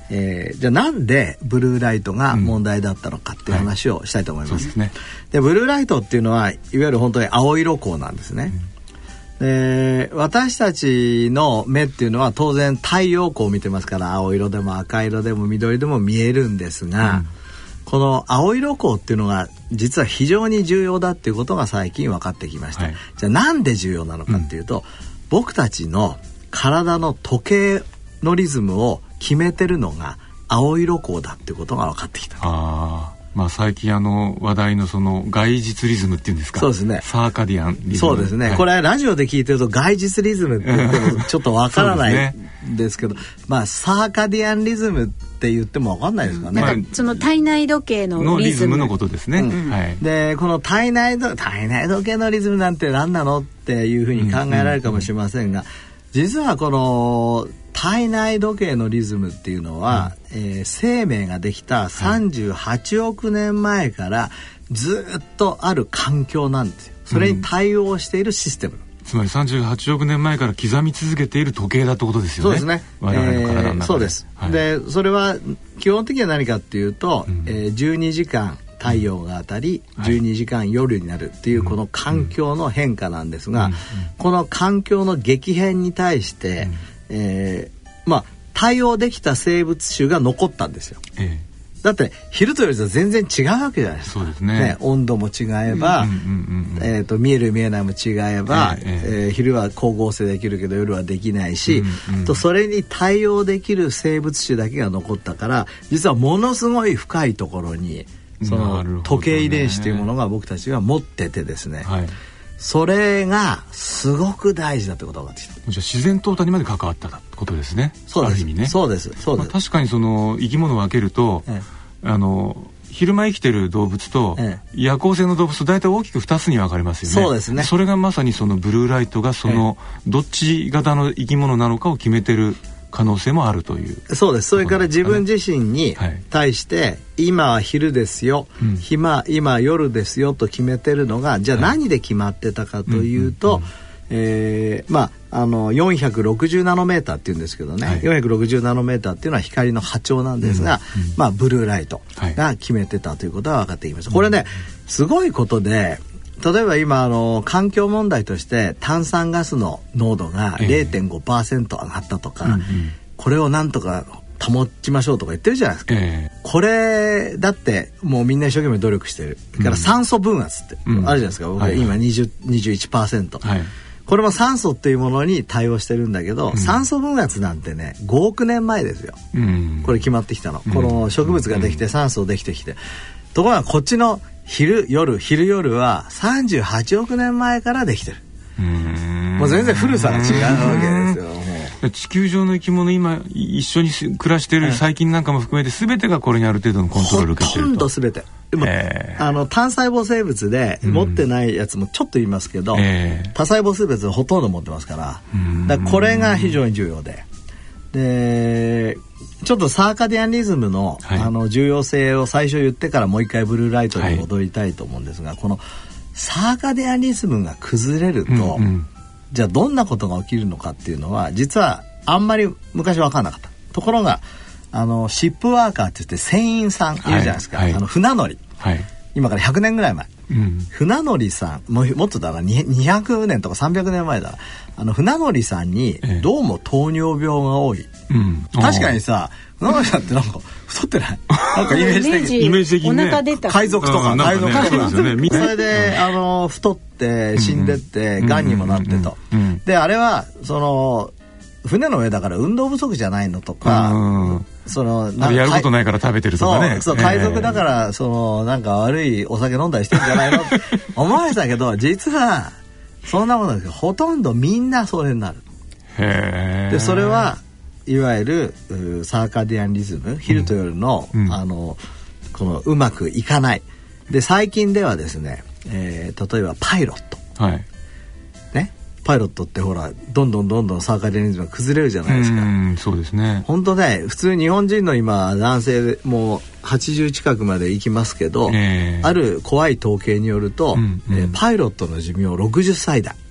えー、じゃあなんでブルーライトが問題だったのかっていう話をしたいと思います。 うんはい、そうですね。 でブルーライトっていうのはいわゆる本当に青色光なんですね。うん、で私たちの目っていうのは当然太陽光を見てますから、青色でも赤色でも緑でも見えるんですが、うん、この青色光っていうのが実は非常に重要だっていうことが最近分かってきました。はい、じゃあなんで重要なのかっていうと、うん、僕たちの体の時計のリズムを決めてるのが青色光だっていうことが分かってきた。 あまあ、最近あの話題のその外日リズムっていうんですか。 そうですね。 サーカディアンリズム。 そうですね。はい、これラジオで聞いてると外日リズムって言ってもちょっとわからないんですけど、ね、まあサーカディアンリズムって言ってもわかんないですかね。 なんかその体内時計のリズムのリズムのことですね。うんはい、 でこの体内ど体内時計のリズムなんて何なのっていうふうに考えられるかもしれませんが、うんうんうん、実はこの体内時計のリズムっていうのは、うんえー、生命ができたさんじゅうはちおくねんまえからずっとある環境なんですよ。それに対応しているシステム、うん、 つまりさんじゅうはちおくねんまえから刻み続けている時計だってことですよね。 そうですね。 我々の体の中で、 えー、そうです、はい、でそれは基本的には何かっていうと、うんえー、じゅうにじかん太陽が当たり、うん、じゅうにじかん夜になるっていうこの環境の変化なんですが、うんうん、この環境の激変に対して、うんえーまあ、対応できた生物種が残ったんですよ。ええ、だって昼と夜と全然違うわけじゃないですか。 そうですね。 ね、温度も違えば、うんうんうんうんえー、と見える見えないも違えば、えええー、昼は光合成できるけど夜はできないし、うんうん、とそれに対応できる生物種だけが残ったから、実はものすごい深いところにその時計遺伝子というものが僕たちが持っててですね、はい、それがすごく大事だってことが分かってきた。 じゃあ自然淘汰にまで関わったことですね。 そうです。 ある意味ね。 そうです。そうです。 まあ、確かにその生き物を分けると、ええ、あの昼間生きてる動物と、ええ、夜行性の動物と大体大きくふたつに分かれますよね。 そうですね。 それがまさにそのブルーライトがその、ええ、どっち型の生き物なのかを決めてる可能性もあるという。 そうです。それから自分自身に対して、はい、今は昼ですよ、うん、今, 今夜ですよと決めてるのが、じゃあ何で決まってたかというと、はいうんうんうんえー、まああのよんひゃくろくじゅうナノメーターっていうんですけどね、はい、よんひゃくろくじゅうナノメーターっていうのは光の波長なんですが、うんうんまあ、ブルーライトが決めてたということが分かってきました。はい、これねすごいことで、例えば今あの環境問題として炭酸ガスの濃度が れいてんごパーセント 上がったとか、えーうんうん、これをなんとか保ちましょうとか言ってるじゃないですか。えー、これだってもうみんな一生懸命努力してる。それから酸素分圧ってあるじゃないですか。うん、僕は今 にじゅう、にじゅういちパーセント。はいこれも酸素っていうものに対応してるんだけど、うん、酸素分圧なんてねごおくねんまえですよ、うん、これ決まってきたの、うん、この植物ができて酸素できてきて、ところがこっちの昼夜昼夜はさんじゅうはちおくねんまえからできてる。うーんもう全然古さが違うわけですよ。 地球上の生き物今一緒に暮らしている細菌なんかも含めて全てがこれにある程度のコントロールを受けていると。 ほとんど全てでもあの単細胞生物で持ってないやつもちょっと言いますけど、うんえー、多細胞生物はほとんど持ってますから、だからこれが非常に重要で、でちょっとサーカディアンリズム の,、はい、あの重要性を最初言ってからもう一回ブルーライトに戻りたいと思うんですが、はい、このサーカディアンリズムが崩れると、うんうん、じゃあどんなことが起きるのかっていうのは実はあんまり昔分からなかった。ところがあのシップワーカーって言って船員さんいるじゃないですか、はいはい、あの船乗り、はい、今からひゃくねんぐらい前、うん、船乗りさんもうもっとだなにひゃくねんとかさんびゃくねんまえだ、あの船乗りさんにどうも糖尿病が多い、ええうん、確かにさ船乗りさんってなんか太ってないなんかイメージ的にイメージ的に、ね、 お腹出た海賊とか、うん、海賊とか、ね、それであの太って死んでってがんにもなってと、うんうんうん、であれはその船の上だから運動不足じゃないのとか、うん、そのなんかやることないから食べてるとかね、 そうそう海賊だから、えー、そのなんか悪いお酒飲んだりしてるんじゃないのって思われたけど実はそんなことないですけどほとんどみんなそれになる。へーでそれはいわゆるサーカディアンリズム昼と夜の、うん、あのこのうまくいかないで最近ではですね、えー、例えばパイロット、はいねパイロットってほらどんどんどんどんサーカディアンリズムが崩れるじゃないですか。 うんそうですね。 本当ね普通日本人の今男性もうはちじゅう近くまで行きますけど、えー、ある怖い統計によると、うんうんえー、パイロットの寿命ろくじゅっさいだい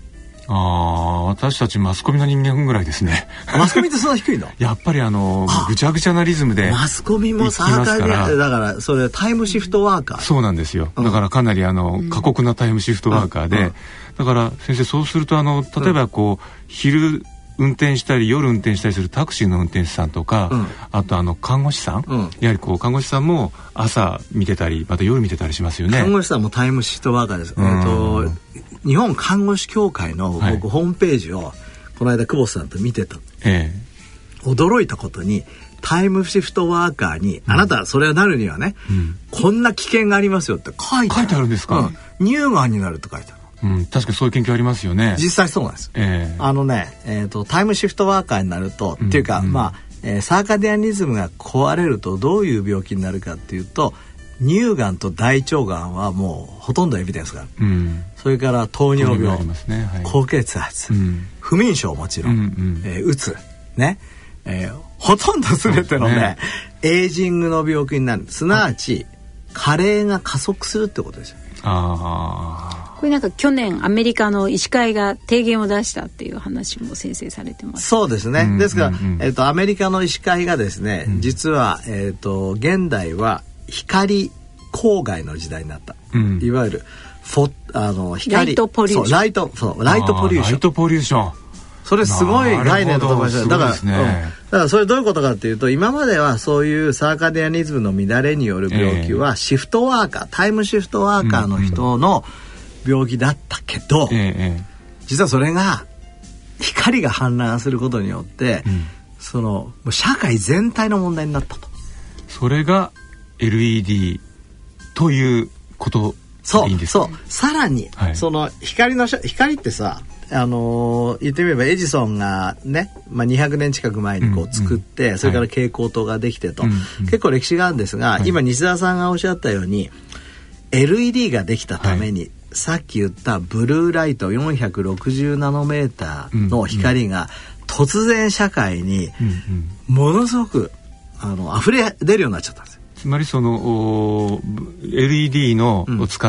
あ、私たちマスコミの人間ぐらいですね。 マスコミってそんな低いの？ やっぱりあのぐちゃぐちゃなリズムでマスコミもサーカーでだからそれタイムシフトワーカー。 そうなんですよ。だからかなりあの、うん、過酷なタイムシフトワーカーで、うんうん、だから先生そうするとあの例えばこう、うん、昼運転したり夜運転したりするタクシーの運転手さんとか、うん、あとあの看護師さん、うん、やはりこう看護師さんも朝見てたりまた夜見てたりしますよね。 看護師さんもタイムシフトワーカーです、えー、と日本看護師協会の僕、はい、ホームページをこの間久保田さんと見てた、えー、驚いたことにタイムシフトワーカーに、うん、あなたそれをなるにはね、うん、こんな危険がありますよって書いてある。 書いてあるんですか、 うん、乳がんになるって書いてある。 うん、確かにそういう研究ありますよね。 実際そうなんです、えー、あのね、えーと、タイムシフトワーカーになると、うん、っていうか、うん、まあ、えー、サーカディアンリズムが壊れるとどういう病気になるかっていうと乳がんと大腸がんはもうほとんどエビデンスがある、うん、それから糖尿病、ね、はい、高血圧、うん、不眠症もちろん、うんうん、えー、うつね、えー、ほとんど全てのね、ねエイジングの病気になる。すなわち加齢が加速するってことですよ。 あこれなんか去年アメリカの医師会が提言を出したっていう話も先生されてます。 そうですね、うんうんうん、ですから、えー、とアメリカの医師会がですね、うん、実は、えー、と現代は光光害の時代になった、うん、いわゆるフォあの光ライトポリューション。 そうライトそうライトポリューション。 ライトポリューションそれすごい概念だと思いますよ。だから、 ね、 うん、だからそれどういうことかっていうと今まではそういうサーカディアンリズムの乱れによる病気はシフトワーカー、えー、タイムシフトワーカーの人の病気だったけど、うんうん、実はそれが光が氾濫することによって、うん、その社会全体の問題になったと。 それが エルイーディー ということでいいんですか？ そうそうさらに、はい、その光の光ってさあのー、言ってみればエジソンがね、まあ、にひゃくねん近く前にこう作って、うんうん、それから蛍光灯ができてと、はい、結構歴史があるんですが、はい、今西澤さんがおっしゃったように エルイーディー ができたために、はい、さっき言ったブルーライトよんひゃくろくじゅうナノメーターの光が突然社会にものすごくあの溢れ出るようになっちゃったんです。 つまりその エルイーディー の、うん、を使った、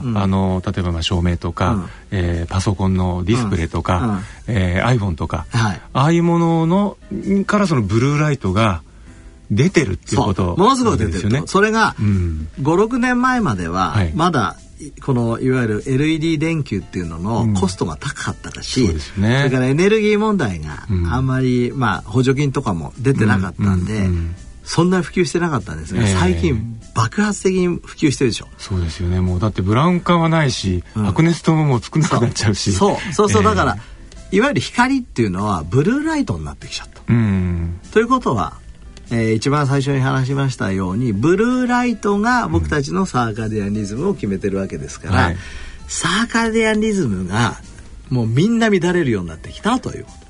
うん、あの例えばまあ照明とか、うん、えー、パソコンのディスプレイとか、うん、えー、iPhone とか、はい、ああいうもののからそのブルーライトが出てるっていうことものすごく出てるね。それが、うん、ごろくねんまえまでは、はい、まだこのいわゆる エルイーディー 電球っていうののコストが高かったし、うん、そうですね、それからエネルギー問題があんまり、うん、まあ補助金とかも出てなかったんで、うんうんうん、そんなに普及してなかったんですが、えー、最近爆発的に普及してるでしょ。 そうですよね。もうだってブラウン管はないし、うん、白熱灯ももう少なくなっちゃうし、 そうそうそうそう、えー、だからいわゆる光っていうのはブルーライトになってきちゃった、うん、ということは、えー、一番最初に話しましたようにブルーライトが僕たちのサーカディアンリズムを決めてるわけですから、うん、はい、サーカディアンリズムがもうみんな乱れるようになってきたということ。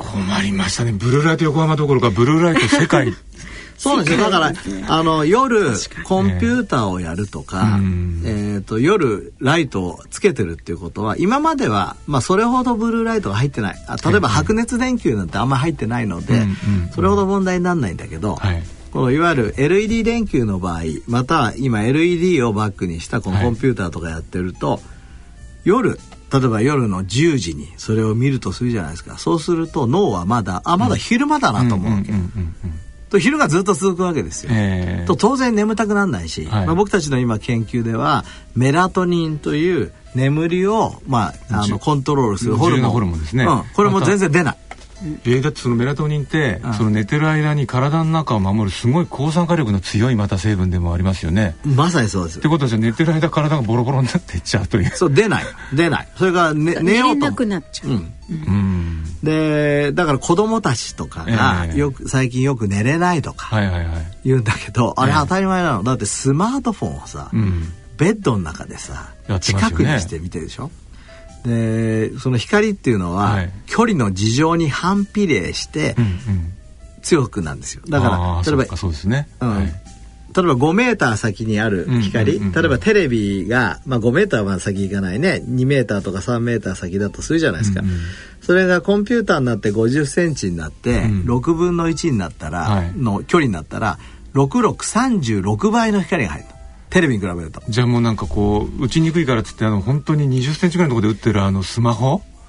困りましたね。ブルーライト横浜どころかブルーライト世界そうなんですよ。だからあの夜コンピューターをやるとか、えー、と夜ライトをつけてるっていうことは今までは、まあ、それほどブルーライトが入ってない。あ、例えば白熱電球なんてあんまり入ってないので、それほど問題にならないんだけど、はい、このいわゆる エルイーディー 電球の場合または今 エルイーディー をバックにしたこのコンピューターとかやってると、はい、夜例えば夜のじゅうじにそれを見るとするじゃないですか。そうすると脳はまだあまだ昼間だなと思うわけ。と昼がずっと続くわけですよ、えー、と当然眠たくならないし、はい、まあ、僕たちの今研究ではメラトニンという眠りを、まあ、あのコントロールするホルモン、 ホルモンですね、 うん、これも全然出ない。 えー、だってそのメラトニンって、うん、その寝てる間に体の中を守るすごい抗酸化力の強いまた成分でもありますよね。 まさにそうです。 ってことはじゃあ寝てる間体がボロボロになっていっちゃうという。 そう出ない出ない。それから、ね、寝ようと寝れなくなっちゃう、うんうん、 でだから子供たちとかがよく、えー、最近よく寝れないとか言うんだけど、はいはいはい、あれ当たり前なの。だってスマートフォンをさ、うん、ベッドの中でさ、ね、近くにして見てるでしょ。でその光っていうのは、はい、距離の事情に反比例して強くなんですよ。だから例えばそうですね、 うん、はい、例えばごメーター先にある光、うんうんうんうん、例えばテレビが、まあ、ごメーターは先行かないね、にメーターとかさんメーター先だとするじゃないですか、うんうん、それがコンピューターになってごじゅっセンチになって、うん、ろくぶんのいちになったら、はい、の距離になったらろくろくさんじゅうろくばいの光が入るの。テレビに比べると。 じゃあもうなんかこう打ちにくいからっつってあの本当ににじゅっセンチぐらいのところで打ってるあのスマホ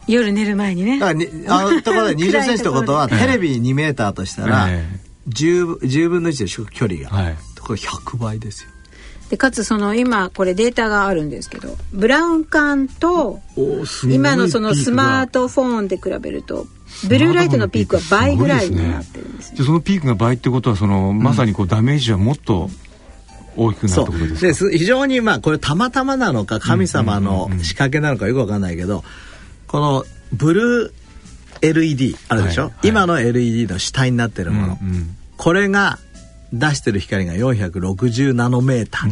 夜寝る前にね。 だからにあのところでにじゅっセンチってことはテレビにメーターとしたら じゅう, じゅうぶんのいちでしょ距離が、はい、これひゃくばいですよ。 でかつその今これデータがあるんですけどブラウン管と今のそのスマートフォンで比べるとブルーライトのピークは倍ぐらいになってるんですね。 でそのピークが倍ってことはその、うん、まさにこうダメージはもっと大きくなるってことですか。 です非常にまあこれたまたまなのか神様の仕掛けなのかよくわかんないけど、このブルー エルイーディー あるでしょ、はいはい、今の エルイーディー の主体になってるもの、うんうん、これが出してる光がよんひゃくろくじゅうナノメーター、うんうん、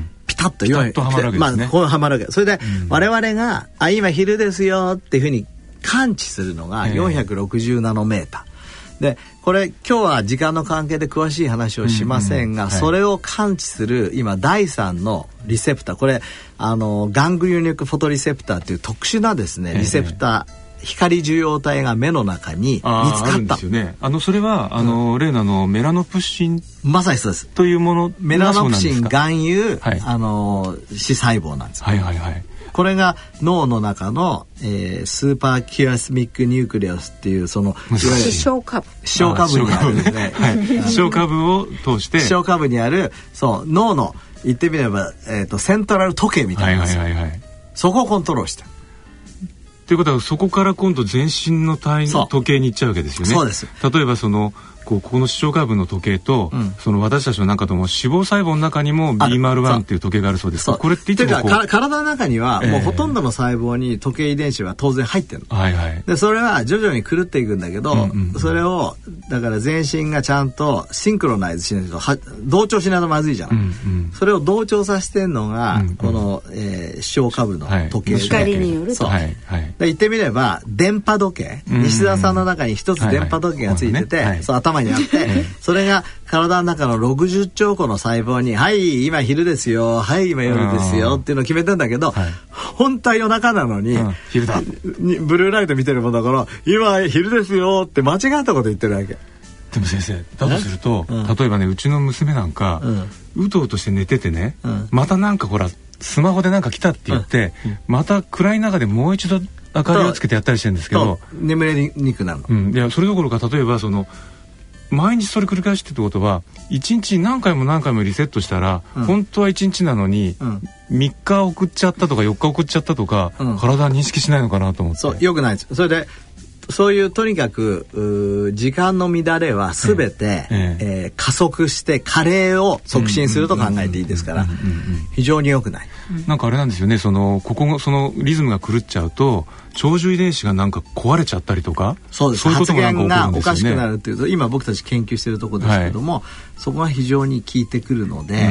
ピタッとピタッとはまるわけですね。 まあこうはまるわけ。それで我々が、うん、あ今昼ですよっていうふうに感知するのがよんひゃくろくじゅうナノメーターで、これ今日は時間の関係で詳しい話をしませんが、うんうんはい、それを感知する今だいさんのリセプター、これあのガングリオニックフォトリセプターという特殊なですねリセプター、光受容体が目の中に見つかった。あるんですよね。 あのそれはあの、うん、例のあのメラノプシンまさにそうですというものメラノプシン含有、はい、あの視細胞なんです、 はいはいはい。 これが脳の中の、えー、スーパーキュアスミックニュークレアスっていうそのいわゆる視床下部視床下部にあるですね、 はい、視床下部を通して視床下部にあるそう脳の言ってみれば、えー、とセントラル時計みたいなやつ、はいはいはいはい、そこをコントロールしてる。 ということはそこから今度全身の体の時計に行っちゃうわけですよね。 そうです。 例えばそのこうこの視床下部の時計と、うん、その私たちの中とも脂肪細胞の中にも ビーマールワン っていう時計があるそうですが、これっていつもこうか体の中にはもうほとんどの細胞に時計遺伝子は当然入ってるの、はいはい、でそれは徐々に狂っていくんだけど、うんうんうん、それをだから全身がちゃんとシンクロナイズしないとは同調しないとまずいじゃん、うんうん、それを同調させてるのが、うんうん、この、えー、視床下部の時計で、はい、 光によると、 はいはい、で言ってみれば電波時計、うんうん、西田さんの中に一つ電波時計がついてて、はいはい、そう頭にあってそれが体の中のろくじゅっちょうこの細胞にはい今昼ですよはい今夜ですよっていうのを決めてんだけど、はい、本当は夜中なのに、うん、 昼だブルーライト見てるもんだから今昼ですよって間違ったこと言ってるわけ。 でも先生だとすると、うん、例えばねうちの娘なんか、うん、うとうとして寝ててね、うん、またなんかほらスマホでなんか来たって言って、うん、また暗い中でもう一度明かりをつけてやったりしてるんですけど眠れにくくなるの、 うん、いやそれどころか例えばその毎日それ繰り返してってことはいちにち何回も何回もリセットしたら、うん、本当はいちにちなのに、うん、みっか送っちゃったとかよっか送っちゃったとか、うん、体は認識しないのかなと思って。 そうよくないです。それでそういうとにかく時間の乱れは全て、えええー、加速して加齢を促進すると考えていいですから非常に良くない。 なんかあれなんですよね、そのここそのリズムが狂っちゃうと長寿遺伝子がなんか壊れちゃったりとか、 そうです。そういうこともなんか起こるんですよね。発言がおかしくなるっていうと今僕たち研究しているところですけども、はい、そこが非常に効いてくるので、うんうん、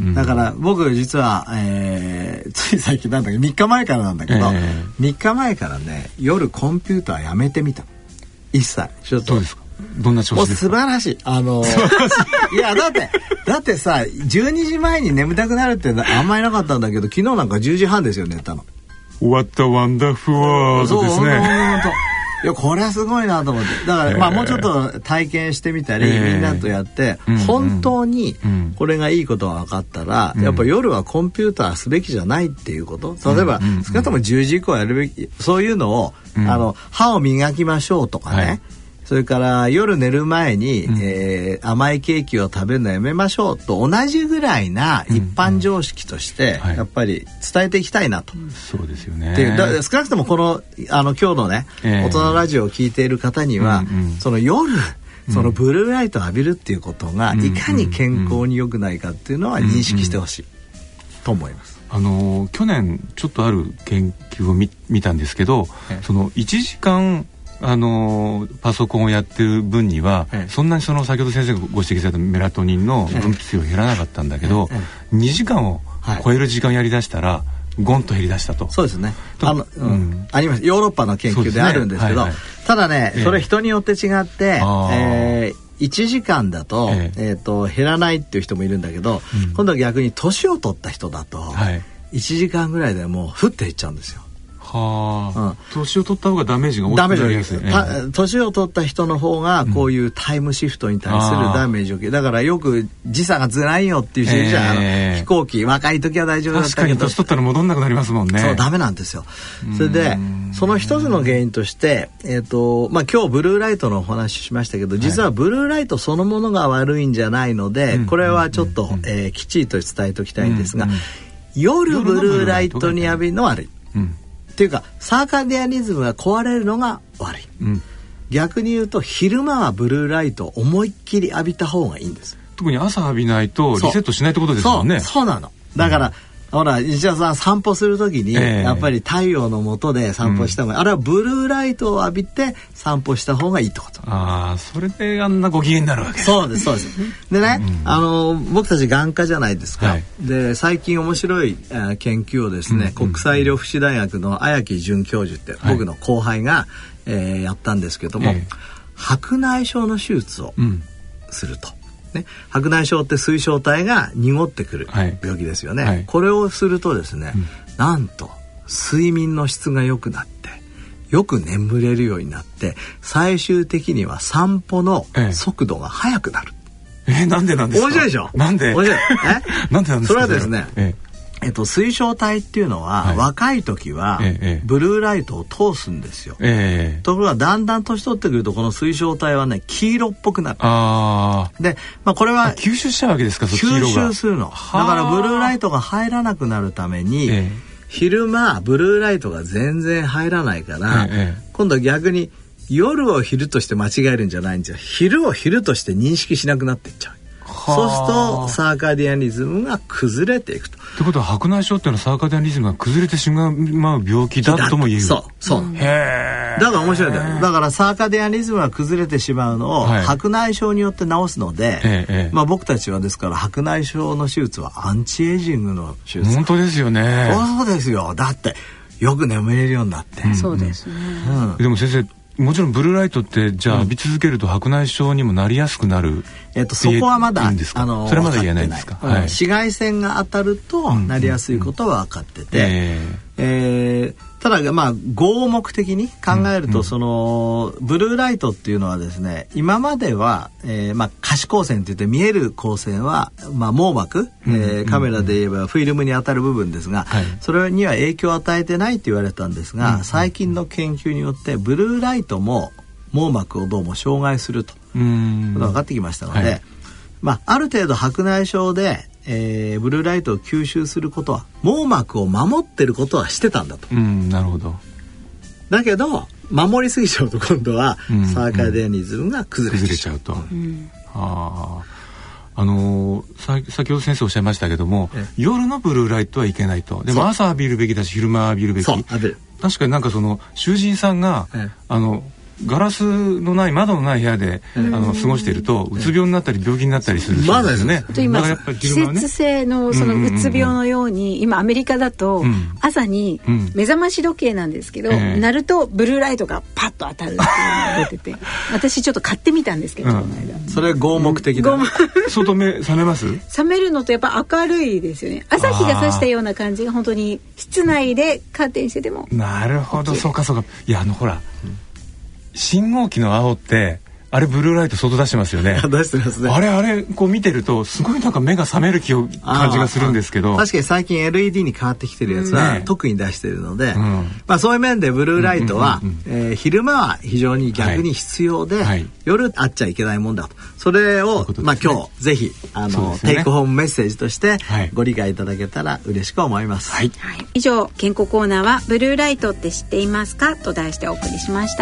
だから僕実は、えー、つい最近なんだけどみっかまえからなんだけど、えー、みっかまえからね夜コンピューターやめてみた。一切ちょっと。 そうですか。どんな調子ですか。 素晴らしい。あのいやだってだってさじゅうにじまえに眠たくなるってあんまりなかったんだけど昨日なんかじゅうじはんですよ寝たの。 What a wonderful world ですね。 いやこれはすごいなと思って。だから、えー、まあもうちょっと体験してみたり、えー、みんなとやって、うんうん、本当にこれがいいことが分かったら、うん、やっぱ夜はコンピューターすべきじゃないっていうこと。例えば、うんうんうん、少なくともじゅうじ以降やるべき、そういうのを、うん、あの歯を磨きましょうとかね。はい、それから夜寝る前に、うんえー、甘いケーキを食べるのやめましょうと同じぐらいな一般常識としてやっぱり伝えていきたいなと。 うんはい、そうですよね。 っていうだ少なくともこのあの今日のね、えー、大人ラジオを聞いている方には、うんうん、その夜そのブルーライトを浴びるっていうことがいかに健康に良くないかっていうのは認識してほしいと思います。 あの去年ちょっとある研究を 見, 見たんですけど、えー、そのいちじかんあのパソコンをやってる分には、ええ、そんなにその先ほど先生がご指摘されたメラトニンの分泌量減らなかったんだけど、ええ、にじかんを超える時間やりだしたら、はい、ゴンと減りだしたと。 そうですね。あの、うん、あります。ヨーロッパの研究であるんですけど、ねはいはい、ただね、ええ、それ人によって違って、えー、いちじかんだと、えええー、と減らないっていう人もいるんだけど、うん、今度は逆に年を取った人だと、はい、いちじかんぐらいでもう降っていっちゃうんですよ。 はあ、うん、年を取った方がダメージが大きくなりやすい、ね、 年を取った人の方がこういうタイムシフトに対するダメージを受ける、うん、だからよく時差がずらんよっていう人いるじゃん、えー、飛行機若い時は大丈夫だったけど確かに年取ったら戻んなくなりますもんね。 そうダメなんですよ。それでその一つの原因として、えーとまあ、今日ブルーライトのお話ししましたけど実はブルーライトそのものが悪いんじゃないので、はい、これはちょっと、うんえー、きっちりと伝えておきたいんですが、うんうん、夜ブルーライトに浴びるのは悪い、うんっていうかサーカディアンリズムが壊れるのが悪い、うん、逆に言うと昼間はブルーライトを思いっきり浴びた方がいいんです。 特に朝浴びないとリセットしないってことですもんね。 そう、そうなの。だから、うんほら石田さん散歩するときに、えー、やっぱり太陽の下で散歩した方が、うん、あれはブルーライトを浴びて散歩した方がいいってこと。 ああそれであんなご機嫌になるわけです。 そうですそうですでね、うん、あの僕たち眼科じゃないですか、はい、で最近面白い、えー、研究をですね、うん、国際医療福祉大学の綾木准教授って、はい、僕の後輩が、えー、やったんですけども、えー、白内障の手術をすると、うんね、白内障って水晶体が濁ってくる病気ですよね、はいはい、これをするとですね、うん、なんと睡眠の質が良くなってよく眠れるようになって最終的には散歩の速度が速くなる。 ええ、なんでなんですか。 面白いでしょ。 なんで面白いえなんでなんですか。 それはですね、えええっと、水晶体っていうのは、はい、若い時は、ええ、ブルーライトを通すんですよ、ええ、ところがだんだん年取ってくるとこの水晶体はね黄色っぽくなる。あで、まあ、これは吸収しちゃうわけですか。そ吸収するのだからブルーライトが入らなくなるために、ええ、昼間ブルーライトが全然入らないから、ええ、今度逆に夜を昼として間違えるんじゃないんですよ。昼を昼として認識しなくなっていっちゃう。そうするとサーカディアンリズムが崩れていくと。 ってことは白内障っていうのはサーカディアンリズムが崩れてしまう病気だとも言える。 そうそう、うん、へだから面白いんだよ。だからサーカディアンリズムが崩れてしまうのを、はい、白内障によって治すので、ええまあ、僕たちはですから白内障の手術はアンチエイジングの手術。 本当ですよね。 そうですよ。だってよく眠れるようになって、 うん、そうですね、 うん、でも先生もちろんブルーライトってじゃあ浴び続けると白内障にもなりやすくなる、 えっと、そこはまだいいんですか。 あのそれはまだ言えないんですか、 はい、紫外線が当たるとなりやすいことは分かってて、うんうんえーえー、ただまあ合目的に考えると、うんうん、そのブルーライトっていうのはですね今までは、えーまあ、可視光線っていって見える光線は、まあ、網膜、うんうんうんえー、カメラで言えばフィルムに当たる部分ですが、はい、それには影響を与えてないって言われたんですが、うんうん、最近の研究によってブルーライトも網膜をどうも障害するということが分かってきましたので、はいまあ、ある程度白内障で、えー、ブルーライトを吸収することは網膜を守ってることはしてたんだと。 うんなるほど。 だけど守りすぎちゃうと今度はサーカディアンリズムが崩れちゃう、 うん、崩れちゃうと、うん、ああのー、先ほど先生おっしゃいましたけども夜のブルーライトはいけないと。でも朝浴びるべきだし昼間浴びるべき。 そう浴びる。 確かになんかその囚人さんが、ええ、あのガラスのない窓のない部屋で、うん、あの過ごしているとうつ病になったり病気になったりするそうですね。 と今季節性のそのうつ病のように、今アメリカだと朝に目覚まし時計なんですけど、うん、鳴るとブルーライトがパッと当たるっていうのが出てて私ちょっと買ってみたんですけど、うん、この間それ合目的だ、ね、 外目覚めます？ 覚めるのとやっぱ明るいですよね。朝日が差したような感じが本当に室内でカーテンしてても。 なるほどそうかそうか。いやあのほら、うん信号機の青ってあれブルーライト外出してますよね。 出してますね。 あれあれこう見てるとすごいなんか目が覚める気を感じがするんですけど、 確かに最近 エルイーディー に変わってきてるやつは特に出してるので、うんまあ、そういう面でブルーライトは、うんうんうんうんえー、昼間は非常に逆に必要で、はいはい、夜あっちゃいけないもんだと。それをうう、ね、まあ、今日ぜひあの、ね、テイクホームメッセージとしてご理解いただけたら嬉しく思います、はいはい、以上健康コーナーはブルーライトって知っていますかと題してお送りしました。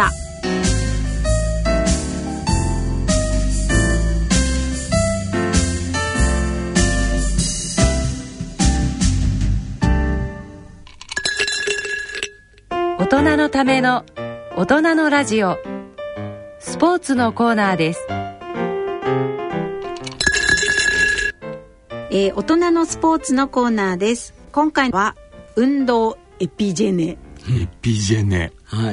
大人のための大人のラジオスポーツのコーナーです。 えー、大人のスポーツのコーナーです。今回は運動エピジェネ。 エピジェネ、 はい、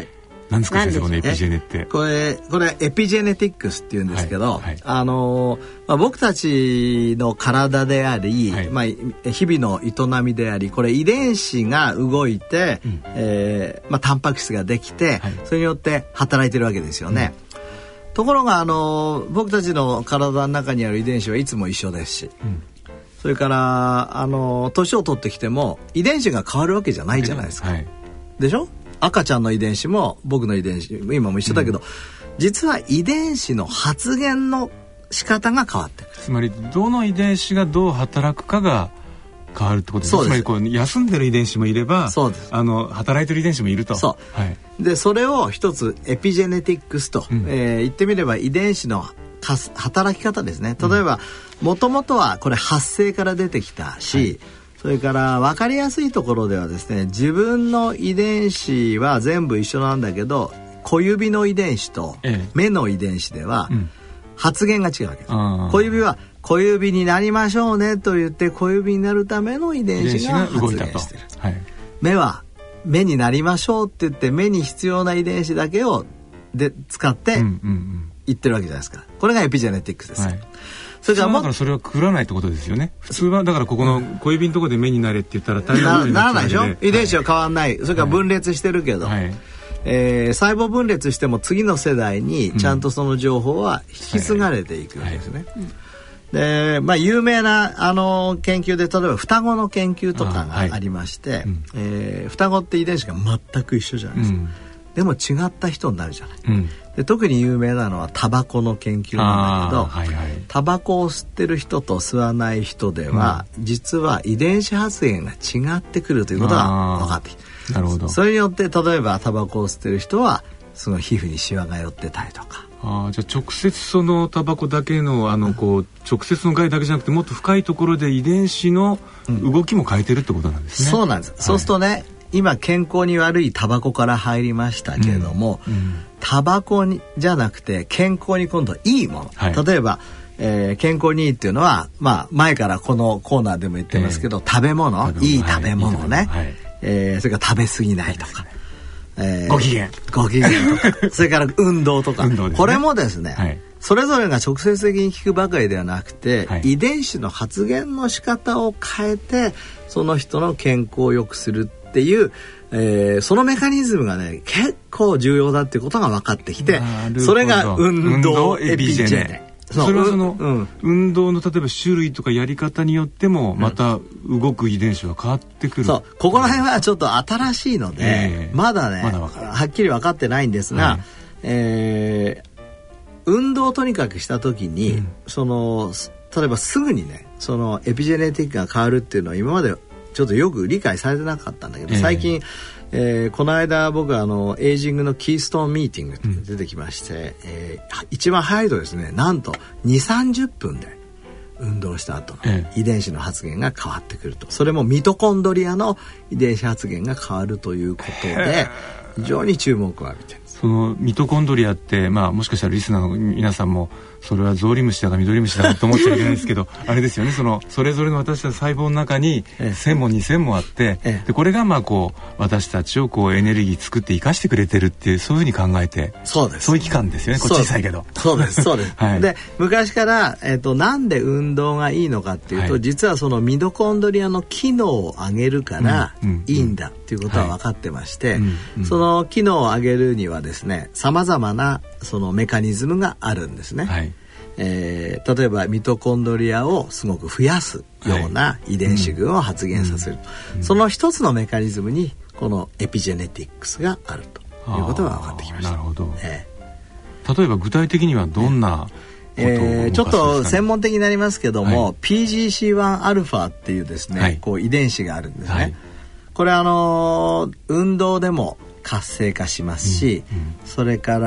何ですか先生このエピジェネって。 これこれエピジェネティックスっていうんですけど、はいはい、あのまあ、僕たちの体であり、はい、まあ、日々の営みであり、これ遺伝子が動いて、うん、えーまあ、タンパク質ができて、はい、それによって働いてるわけですよね。うん、ところがあの僕たちの体の中にある遺伝子はいつも一緒ですし、うん、それからあの年を取ってきても遺伝子が変わるわけじゃないじゃないですか。はい、でしょ？赤ちゃんの遺伝子も僕の遺伝子今も一緒だけど、うん、実は遺伝子の発現の仕方が変わってくる。つまりどの遺伝子がどう働くかが変わるってことですね。つまりこう休んでる遺伝子もいれば、そうです。あの働いてる遺伝子もいると。 そう、はい、でそれを一つエピジェネティックスと、うん、えー、言ってみれば遺伝子の働き方ですね。例えばもともとはこれ発生から出てきたし、はい、それから分かりやすいところではですね、自分の遺伝子は全部一緒なんだけど小指の遺伝子と目の遺伝子では発現が違うわけです、うん、小指は小指になりましょうねと言って小指になるための遺伝子が発現している、はい、目は目になりましょうって言って目に必要な遺伝子だけをで使って言ってるわけじゃないですか。これがエピジェネティックスです、はい、 それからだからそれはくくらないってことですよね。普通はだからここの小指のところで目になれって言ったら大変なことになっちゃうので、 ならないでしょ。遺伝子は変わらない、はい、それから分裂してるけど、はい、えー、細胞分裂しても次の世代にちゃんとその情報は引き継がれていくわけですね、はいはい、で、まあ、有名なあの研究で例えば双子の研究とかがありまして、はい、えー、双子って遺伝子が全く一緒じゃないですか、うん、でも違った人になるじゃない、うん、で特に有名なのはタバコの研究なんだけど、はいはい、タバコを吸ってる人と吸わない人では、うん、実は遺伝子発現が違ってくるということが分かってきて、なるほど。それによって例えばタバコを吸ってる人はその皮膚にシワが寄ってたりとか、 あ、じゃあ直接そのタバコだけのあのこう直接の害だけじゃなくてもっと深いところで遺伝子の動きも変えてるってことなんですね、 うん、そうなんです、はい、そうするとね、今健康に悪いタバコから入りましたけれども、うんうん、タバコにじゃなくて健康に今度いいもの、はい、例えば、えー、健康にいいっていうのは、まあ、前からこのコーナーでも言ってますけど、えー、食べ物、食べ物いい食べ物ね、はい、えー、それから食べ過ぎないとか、 えー、ご機嫌ご機嫌とかそれから運動とか運動ですね、これもですね、はい、それぞれが直接的に効くばかりではなくて、はい、遺伝子の発現の仕方を変えてその人の健康を良くするっていう、えー、そのメカニズムがね結構重要だっていうことが分かってきて、それが運動エピジェネ。 それはその、うん、運動の例えば種類とかやり方によってもまた動く遺伝子は変わってくる、うん、 そう、ここら辺はちょっと新しいので、えー、まだね、まだはっきり分かってないんですが、はい、えー、運動をとにかくした時に、うん、その例えばすぐにねそのエピジェネティックが変わるっていうのは今までちょっとよく理解されてなかったんだけど、最近、えー、この間僕はあのエイジングのキーストーンミーティングって出てきまして、うん、えー、一番早いとですねなんとにじゅうさんじゅっぷんで運動した後の遺伝子の発現が変わってくると、それもミトコンドリアの遺伝子発現が変わるということで非常に注目を浴びてるんです。 そのミトコンドリアって、まあ、もしかしたらリスナーの皆さんもそれはゾウリムシだかミドリムシだかと思っちゃいけないですけどあれですよね、そのそれぞれの私たち細胞の中にせんもにせんもあって、ええ、でこれがまあこう私たちをこうエネルギー作って生かしてくれてるっていうそういうふうに考えて、 そうです、 そういう期間ですよね、こっち小さいけど。 そうですそうです、はい、で昔から、えーと、なんで運動がいいのかっていうと、はい、実はそのミトコンドリアの機能を上げるからいいんだっていうことは分かってまして、うんうんうん、その機能を上げるにはですねさまざまなそのメカニズムがあるんですね、はい、えー、例えばミトコンドリアをすごく増やすような遺伝子群を発現させる、はい、うんうん、その一つのメカニズムにこのエピジェネティックスがあるということが分かってきました。 なるほど、 えー、例えば具体的にはどんな、 えー、ちょっと専門的になりますけども、はい、ピージーシーワン アルファっていうですね、はい、こう遺伝子があるんですね、はい、これあのー、運動でも活性化しますし、うんうん、それから、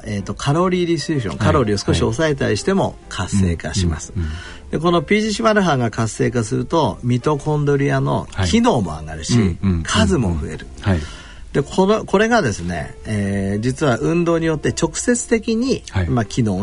えーと、カロリーリストリクション、カロリーを少し抑えたりしても活性化します、はいはい、でこの ピージーシーワン アルファが活性化するとミトコンドリアの機能も上がるし、はい、数も増える、はい、でこれ、これがですね、えー、実は運動によって直接的に、はい、まあ、機能が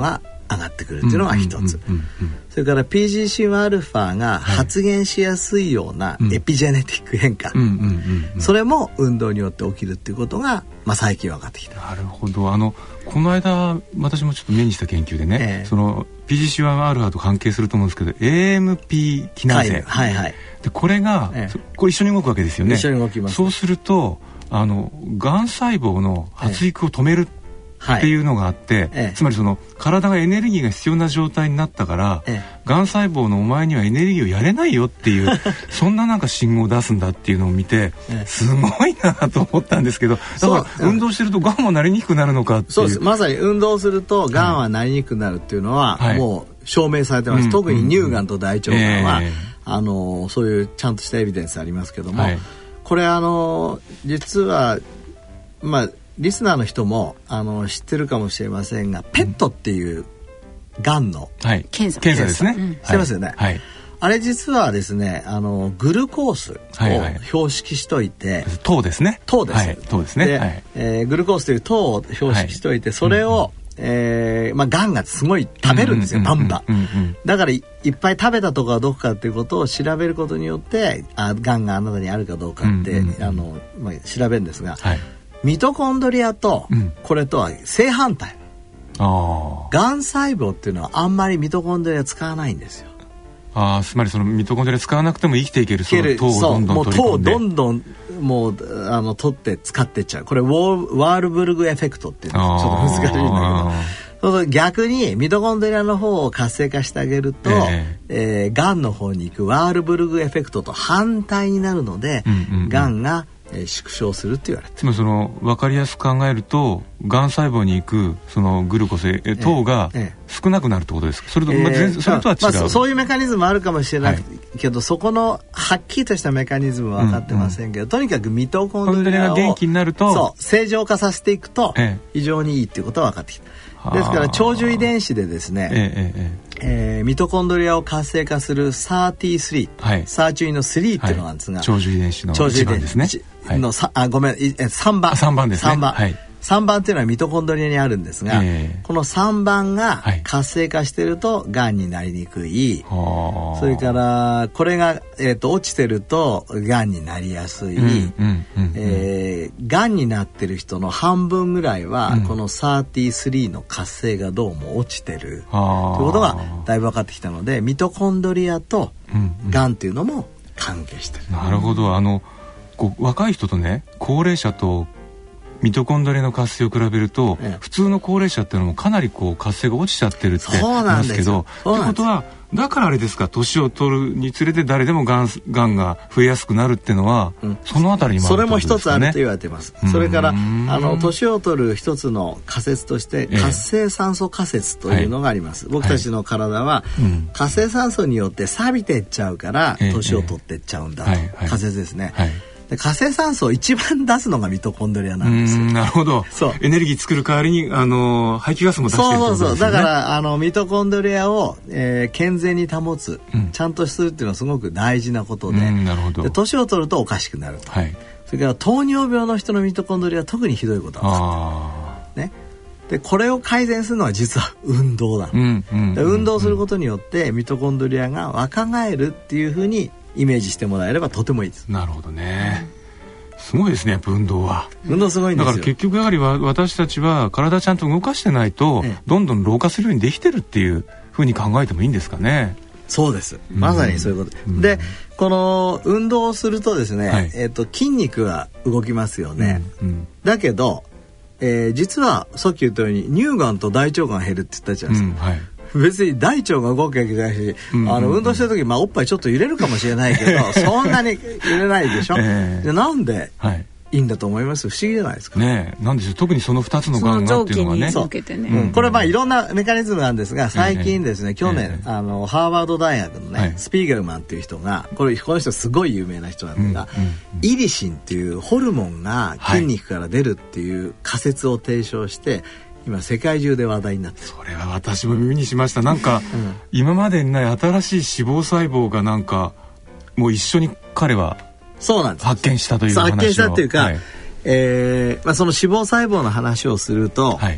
上がってくるっていうのが一つ。それから ピージーシーワンアルファ が発現しやすいようなエピジェネティック変化、それも運動によって起きるっていうことが、まあ、最近分かってきた。 なるほど。あのこの間私もちょっと目にした研究でね、えー、その ピージーシーワンアルファ と関係すると思うんですけど エーエムピー キナーゼ、 はいはい、 でこれが、えー、これ一緒に動くわけですよね。 一緒に動きます。 そうするとあのがん細胞の発育を止める、えーっていうのがあって、ええ、つまりその体がエネルギーが必要な状態になったから、ええ、がん細胞のお前にはエネルギーをやれないよっていうそんななんか信号を出すんだっていうのを見て、ええ、すごいなと思ったんですけど、だから運動してるとがんもなりにくくなるのかっていう。 そうです。まさに運動するとがんはなりにくくなるっていうのは、はい、もう証明されてます、はい、特に乳がんと大腸がんは、えー、あのそういうちゃんとしたエビデンスありますけども、はい、これあの実はまあリスナーの人もあの知ってるかもしれませんが、ペットっていうがんの、 はい、検査検査ですね、うん、 知ってますよね、はい、あれ実はですねあのグルコースを標識しといて、はいはい、 糖ですね糖です、はい、 糖ですねで、はい、えー、グルコースという糖を標識しといて、はい、それを、うんえーまあ、がんがすごい食べるんですよ、バンバン。だから い, いっぱい食べたとこはどこかっていうことを調べることによってあがんがあなたにあるかどうかって、うんうん、あのまあ、調べるんですが、はい、ミトコンドリアとこれとは正反対、うん、あがん細胞っていうのはあんまりミトコンドリア使わないんですよ。 あつまりそのミトコンドリア使わなくても生きていけるその糖をどんどん取り込んで、 もう糖をどんどんもうあの取って使ってっちゃう。これウォーワールブルグエフェクトっていうのはちょっと難しいんだけど、そう逆にミトコンドリアの方を活性化してあげると、えーえー、がんの方に行くワールブルグエフェクトと反対になるので、うんうんうん、がんがえー、縮小するって言われてる。 つまりその分かりやすく考えるとがん細胞に行くそのグルコスえ糖が少なくなるってことですか。それと、えーまあ、全然それとは違う、 まあ、そういうメカニズムあるかもしれないけど、はい、そこのはっきりとしたメカニズムは分かってませんけど、うんうん、とにかくミトコンドリアを元気になるとそう正常化させていくと非常にいいっていうことは分かってきた、えー、ですから長寿遺伝子でですね、えーえーえー、ミトコンドリアを活性化するさんじゅうさん、はい、サーチュインのさんっていうのがあるんですが、はい、 長寿遺伝子のいちばんですね。 のさあごめんさんばんさんばんですね。さんばん、はい、 さんばんっていうのはミトコンドリアにあるんですが、えー、このさんばんが活性化してるとがんになりにくい、はい、それからこれが、えー、と落ちてるとがんになりやすい、がんになってる人の半分ぐらいは、うん、このさんじゅうさんの活性がどうも落ちてるということがだいぶ分かってきたので、ミトコンドリアとがんっていうのも関係してる、 うんうん、なるほど。あのこう若い人とね高齢者とミトコンドリアの活性を比べると、ええ、普通の高齢者っていうのもかなりこう活性が落ちちゃってるって言いますけど、ということはだからあれですか、年を取るにつれて誰でもがん、がんが増えやすくなるっていうのは、うん、そのあたりにもあるってことですかね。 それも一つあると言われています。それからあの年を取る一つの仮説として活性酸素仮説というのがあります、ええ、僕たちの体は、はい、活性酸素によって錆びていっちゃうから年を取っていっちゃうんだと、ええ、仮説ですね、はいはい。で活性酸素を一番出すのがミトコンドリアなんですよ。 なるほど。そうエネルギー作る代わりにあの排気ガスも出してるってことですよね。 そうそうそう。だからあのミトコンドリアを、えー、健全に保つ、うん、ちゃんとするっていうのはすごく大事なことで、 なるほど。 で年を取るとおかしくなると、はい、それから糖尿病の人のミトコンドリアは特にひどいことが分かってる、ね、でこれを改善するのは実は運動だ、うんうんうんうん、運動することによってミトコンドリアが若返るっていうふうにイメージしてもらえればとてもいいです。 なるほどね。すごいですね、やっぱ運動は。 運動すごいんですよ。 だから結局やはり私たちは体ちゃんと動かしてないと、ええ、どんどん老化するようにできてるっていうふうに考えてもいいんですかね。 そうです、まさにそういうこと、うん、でこの運動をするとですね、はい、えー、と筋肉が動きますよね、うんうん、だけど、えー、実はさっき言ったように乳がんと大腸がん減るって言ったじゃないですか、うん、はい、別に大腸が動くわけじゃないし、うんうんうん、あの運動してる時、まあ、おっぱいちょっと揺れるかもしれないけどそんなに揺れないでしょ、えー、でなんで、はい、いいんだと思います。不思議じゃないですかね。なんでしょう、特にそのふたつのがんがっていうのがね、 そう、ね、 うん、これまあいろんなメカニズムなんですが、最近ですね、えー、去年、えー、あのハーバード大学のね、はい、スピーゲルマンっていう人が、これこの人すごい有名な人なんですが、うんうんうん、イリシンっていうホルモンが筋肉から出るっていう仮説を提唱して、はい、今世界中で話題になってる。 それは私も耳にしました。なんか、うん、今までにない新しい脂肪細胞がなんかもう一緒に彼はそうなんです発見したという話を。 発見したっていうか、はい、えーまあ、その脂肪細胞の話をすると、はい、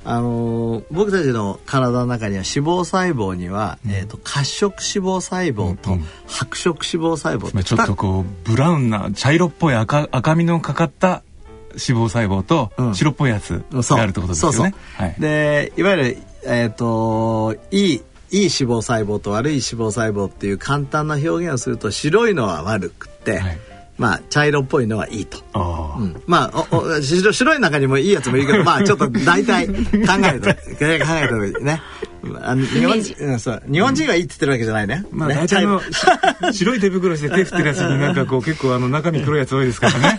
あのー、僕たちの体の中には脂肪細胞には、うん、えーと、褐色脂肪細胞と白色脂肪細胞、うんうん、 ちょっとこうブラウンな茶色っぽい 赤, 赤みのかかった脂肪細胞と白っぽいやつがあるってことですよね。そうそう、はい、 でいわゆる、えーと、いいいい脂肪細胞と悪い脂肪細胞っていう簡単な表現をすると、白いのは悪くて、はい、まあ茶色っぽいのはいいと。あ、うん、まあおお 白, 白い中にもいいやつもいいけどまあちょっと大体考えて考えた方がいいね。あの日本人、うん、そう日本人がいいって言ってるわけじゃないね。 まあ大体の白い手袋して手振ってるやつになんかこう結構あの中身黒いやつ多いですからね。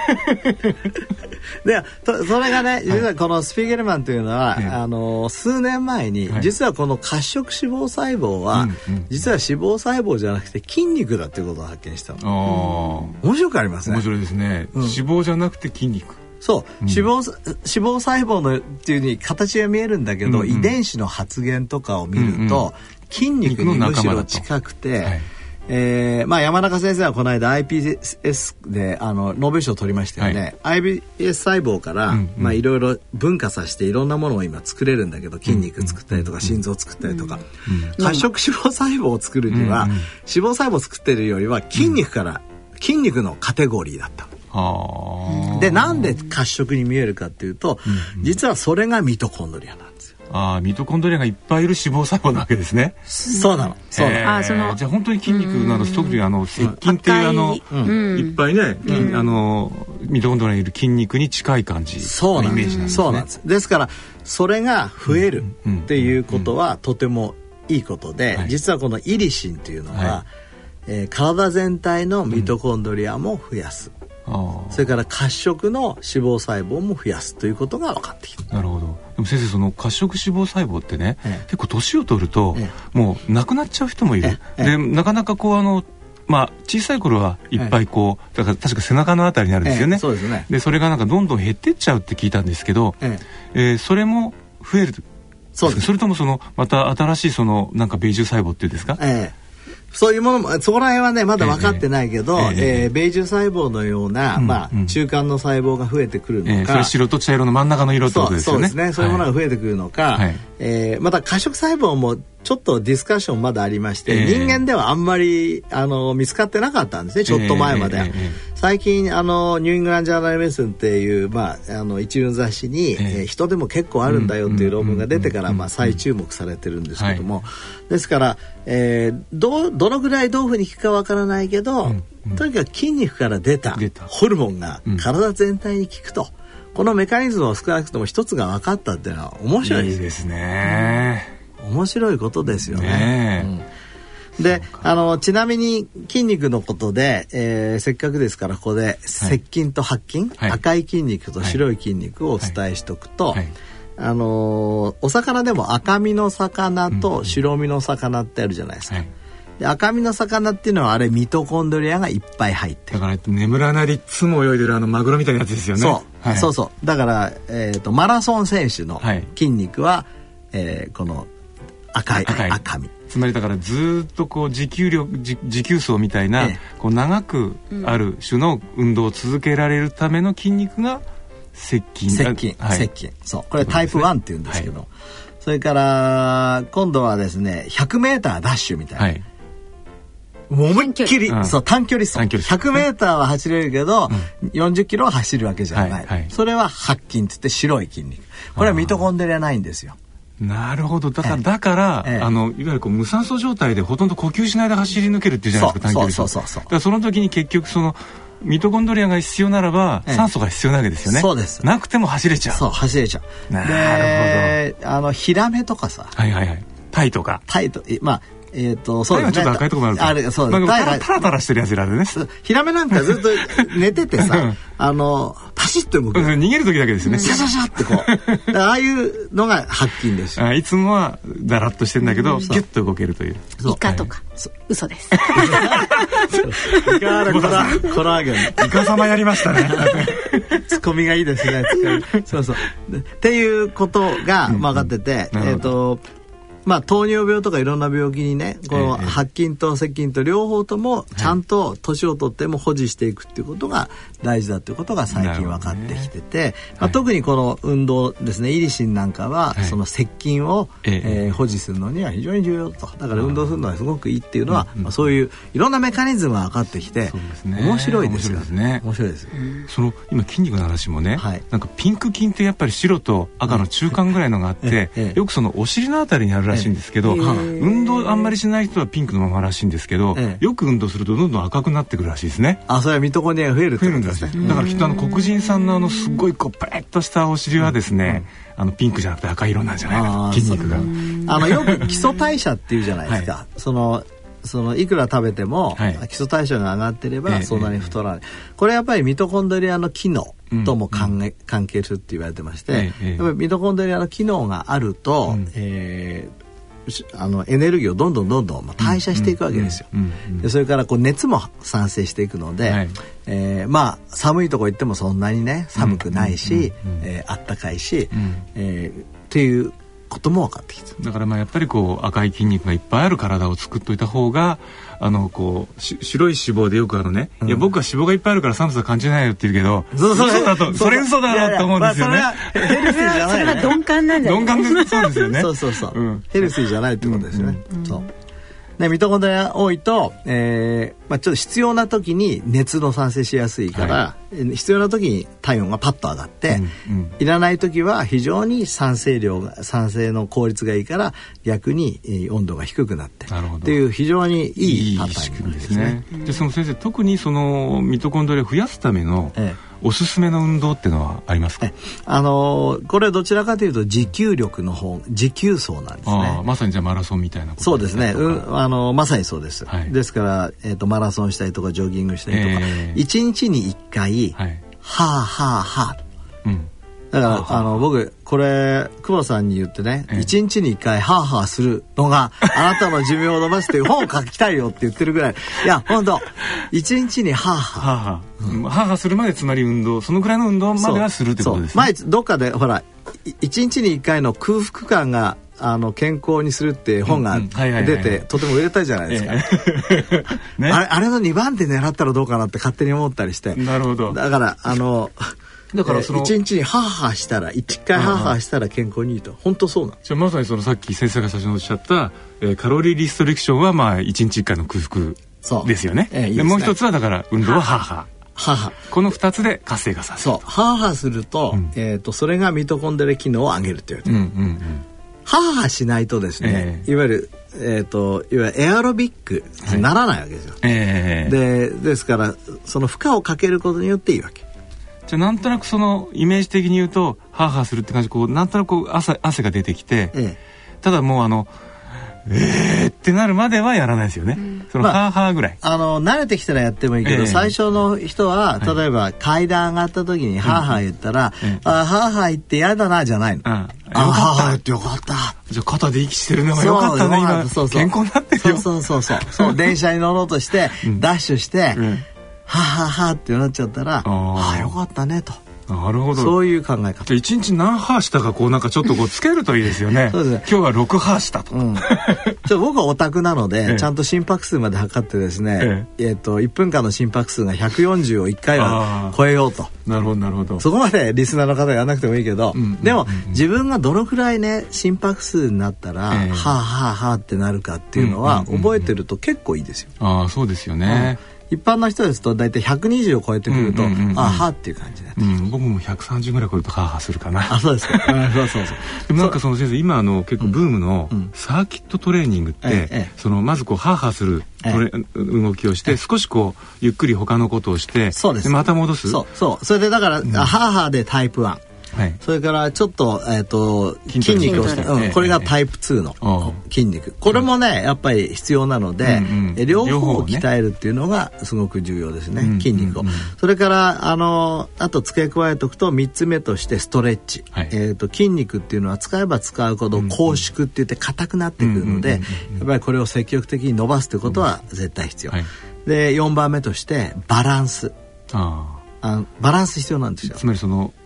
でとそれがね、実はこのスピーゲルマンというのは、はい、あの数年前に、はい、実はこの褐色脂肪細胞は、うんうん、実は脂肪細胞じゃなくて筋肉だっていうことを発見したの。あ、面白くありますね。 面白いですね、うん、脂肪じゃなくて筋肉。 そう、うん、脂肪脂肪細胞のっていう風に形が見えるんだけど、うんうん、遺伝子の発現とかを見ると、うんうん、筋肉にむしろ近くて、はい、えーまあ、山中先生はこの間 アイピーエス であのノーベル賞を取りましたよね、はい、アイピーエス 細胞から、うんうん、まあ、いろいろ分化させていろんなものを今作れるんだけど、筋肉作ったりとか、うん、心臓作ったりとか、うん、褐色脂肪細胞を作るには、うんうん、脂肪細胞を作ってるよりは筋肉から、うん、筋肉のカテゴリーだった。でなんで褐色に見えるかっていうと、うんうん、実はそれがミトコンドリアなんですよ。 ああ、ミトコンドリアがいっぱいいる脂肪細胞なわけですね。 そうなの。そうなの。 あ、そのじゃあ本当に筋肉なの、特にあの接筋っていうあの、うん、いっぱいね、うん、あのミトコンドリアにいる筋肉に近い感じのイメージなんですね。 そうなんです。ですからそれが増えるっていうことはとてもいいことで、はい、実はこのイリシンというのは、はい、えー、体全体のミトコンドリアも増やす。うん、それから褐色の脂肪細胞も増やすということが分かってきた。 なるほど。でも先生、その褐色脂肪細胞ってね、ええ、結構年を取ると、ええ、もうなくなっちゃう人もいる、ええ、でなかなかこうあの、まあ、小さい頃はいっぱいこう、ええ、だから確か背中のあたりにあるんですよね、ええ、そうですね。でそれがなんかどんどん減ってっちゃうって聞いたんですけど、えええー、それも増える。そうです。それともそのまた新しいそのなんかベージュ細胞っていうんですか、ええ、 そういうものもそこら辺はねまだ分かってないけど、えーえーえー、ベージュ細胞のような、うん、まあ、中間の細胞が増えてくるのか、えー、それ白と茶色の真ん中の色ってことですよね。 そう、そうですね。そういうものが増えてくるのか、はい、えー、また褐色細胞もちょっとディスカッションまだありまして、えー、人間ではあんまりあの見つかってなかったんですね、ちょっと前まで、えーえーえー、最近あのニューイングランド・ジャーナル・メディスンっていう、まあ、あの一流の雑誌に、えーえー、人でも結構あるんだよっていう論文が出てから、まあ、再注目されてるんですけども、はい、ですから、えー、ど, どのぐらいどういうふうに効くかわからないけど、うんうん、とにかく筋肉から出たホルモンが体全体に効くと、うん、このメカニズムを少なくとも一つが分かったっていうのは面白いです。 いいですね、 うん、面白いことですよね。ね、うん、であのちなみに筋肉のことで、えー、せっかくですからここで接筋と白筋、はい、赤い筋肉と白い筋肉をお伝えしておくと、はいはいはい、あのお魚でも赤身の魚と白身の魚ってあるじゃないですか、うん、はい、で赤身の魚っていうのはあれミトコンドリアがいっぱい入ってる。 だから眠らないでいつも泳いでるあのマグロみたいなやつですよね。 そう、はい、そうそう。だから、えー、とマラソン選手の筋肉は、はい、えー、この赤い赤い赤身。 つまりだからずっとこう持久力持持久走みたいな、ええ、こう長くある種の運動を続けられるための筋肉が接筋。 接筋、はい、接筋。そう。これタイプワンって言うんですけど、はい、それから今度はですねひゃくメーターダッシュみたいな。はい、もう思いっきり、うん、そう短距離走、ひゃくメーターは走れるけど、うん、よんじゅっキロは走るわけじゃない、はいはい、それは白筋って言って白い筋肉。これはミトコンドリアないんですよ。 なるほど。だから、ええ、だから、ええ、あのいわゆるこう無酸素状態でほとんど呼吸しないで走り抜けるっていうじゃないですか、短距離走。そうそうそうそう。だからその時に結局そのミトコンドリアが必要ならば、ええ、酸素が必要なわけですよね。そうです。なくても走れちゃう。 そう走れちゃう。なるほど。あのヒラメとかさ。 はいはいはい。タイとか。 タイとまあ。えーと、そうですね。 ちょっと赤いところもある。あれ、そうです。タラタラタラしてるやつらでね。 ヒラメなんかずっと寝ててさ、あのパシッと動く。 逃げる時だけですよね。 シャシャシャってこう。ああいうのが白筋です。 いつもはだらっとしてるんだけど、ギュッと動けるという。 イカとか、嘘です。 イカはコラコラーゲン。 イカ様やりましたね。 ツッコミがいいですね。そうそう。っていうことが分かってて、えっと。 まあ、糖尿病とかいろんな病気にねこの白筋と赤筋と両方ともちゃんと年を取っても保持していくっていうことが大事だっていうことが最近分かってきてて、ねまあ、特にこの運動ですねイリシンなんかはその赤筋を、えー、保持するのには非常に重要と。だから運動するのはすごくいいっていうのは、まあ、そういういろんなメカニズムが分かってきて、ね、面白いですよね。面白いです。 その今筋肉の話もね、はい、なんかピンク筋ってやっぱり白と赤の中間ぐらいのがあって、うん、よくそのお尻のあたりにあるらしいんですけど、運動あんまりしない人はピンクのままらしいんですけど、よく運動するとどんどん赤くなってくるらしいですね。 あ、それはミトコンドリアが増えるってことですね。 だからきっとあの黒人さんのあのすごいこうパレッとしたお尻はですね、うん、あのピンクじゃなくて赤色なんじゃないかな、筋肉が。 あのよく基礎代謝っていうじゃないですか、はい、そのそのいくら食べても、はい、基礎代謝が上がってれば、ええ、そんなに太らない、ええ、これやっぱりミトコンドリアの機能とも関係、うん、関係するって言われてまして、ええ、やっぱりミトコンドリアの機能があると、うんえー、あのエネルギーをどんどんどんどん代謝していくわけですよ。でそれからこう熱も産生していくので、はいえー、まあ寒いとこ行ってもそんなにね寒くないし、うんえー、あったかいし、うんえー、っていうことも分かってきて、 だからまあやっぱりこう赤い筋肉がいっぱいある体を作っといた方があのこうし白い脂肪でよくあのね、うん、いや僕は脂肪がいっぱいあるから寒さ感じないよって言うけど、 そ嘘だとそれ嘘だろって思うんですよね。 ヘルシーじゃない、ね、 それは鈍感なんじゃない。 鈍感でそうですよね。 そうそうそう、うん、ヘルシーじゃないってことですよね。うんうん、そうでミトコンドリア多いと、えーまあ、ちょっと必要な時に熱の産生しやすいから、はい、必要な時に体温がパッと上がって、うんうん、いらない時は非常に産生量が産生の効率がいいから逆に、えー、温度が低くなってっていう非常にいいパターンですね。 いいでその先生特にそのミトコンドリアを増やすための、ええおすすめの運動っていうのはありますか？ あのー、これはどちらかというと持久力の方持久走なんですね。 あまさにじゃあマラソンみたいなこと、 そうですね、うん、あのー、まさにそうです、はい、ですから、えーと、マラソンしたりとかジョギングしたりとか、えー、いちにちにいっかい、はい、はあはあはあ、うんだから、あの、僕、これ、久保さんに言ってね、一、ええ、日に一回、ハーハーするのが、あなたの寿命を伸ばすという本を書きたいよって言ってるぐらい。いや、本当一日にハーハー。 ハーハー。うん、ハーハーするまで、つまり運動、そのぐらいの運動まではするってことですね。 前、どっかで、ほら、一日に一回の空腹感が、あの健康にするって本が出てとても売れたじゃないですか、ええね、あれ、あれのにばん手狙ったらどうかなって勝手に思ったりして。 なるほど。 だからあのだからその一日にハーハーしたら一回ハーハーしたら健康にいいと本当そうなんです。 じゃあまさにそのさっき先生が最初におっしゃった、えー、カロリーリストリクションはまあ一日一回の空腹ですよね。えー、いいですね。でもう一つはだから運動はハーハー。 ハーハーこの二つで活性化させる。 そうハーハーすると、うん、えーとそれがミトコンドリア機能を上げるという、うんうんうん、ハーハーしないとですね、えー、いわゆるえーといわゆるエアロビックにならないわけですよ。はいえー、でですからその負荷をかけることによっていいわけ。 じゃあなんとなくそのイメージ的に言うとハーハーするって感じこうなんとなく汗、汗が出てきて、ええ、ただもうあのえーってなるまではやらないですよね、うん、そのハーハーぐらい、 まあ、あの慣れてきたらやってもいいけど、えー、最初の人は例えば階段上がった時にハーハー言ったら、うん、あハーハー言ってやだなじゃないの、うん、あハーハー言ってよかった、 じゃあ肩で息してるのがよかったね今そうそう健康になってるよそうそうそうそうそう電車に乗ろうとしてダッシュして、うんはははってなっちゃったらああよかったねと。 なるほど。 そういう考え方。 一日何ハーしたかこうなんかちょっとこうつけるといいですよね。そうですね。今日はろくハーしたと。うん、 ちょ僕はオタクなので、ええ、ちゃんと心拍数まで測ってですね、えええー、といっぷんかんの心拍数がひゃくよんじゅうをいっかいは超えようと。 なるほどなるほど。 そこまでリスナーの方やらなくてもいいけど、うんうんうんうん、でも自分がどのくらいね心拍数になったら、ええ、はあはあはあってなるかっていうのは、うんうんうんうん、覚えてると結構いいですよ。 ああそうですよね。うん一般の人ですと大体ひゃくにじゅうを超えてくると、うんうんうんうん、あはっていう感じだ、 うん、僕もひゃくさんじゅうぐらい超えるとハーハーするかな。 あそうですかそうそうそうでもなんかその先生今あの結構ブームのサーキットトレーニングって、うんええ、そのまずこうハーハーするトレ、ええ、動きをして少しこうゆっくり他のことをしてそうですでまた戻すそうそうそれでだから、うん、ハーハーでタイプワンはい、それからちょっと、えー、と筋肉をして、うん、これがタイプツーの筋肉これもねやっぱり必要なので、うんうん、両方を鍛えるっていうのがすごく重要ですね、うん、筋肉を、うんうんうん、それからあのあと付け加えておくとみっつめとしてストレッチ、はいえー、と筋肉っていうのは使えば使うほど拘縮っていって硬くなってくるのでやっぱりこれを積極的に伸ばすということは絶対必要、はい、でよんばんめとしてバランスああバランス必要なんですよ。 つまりその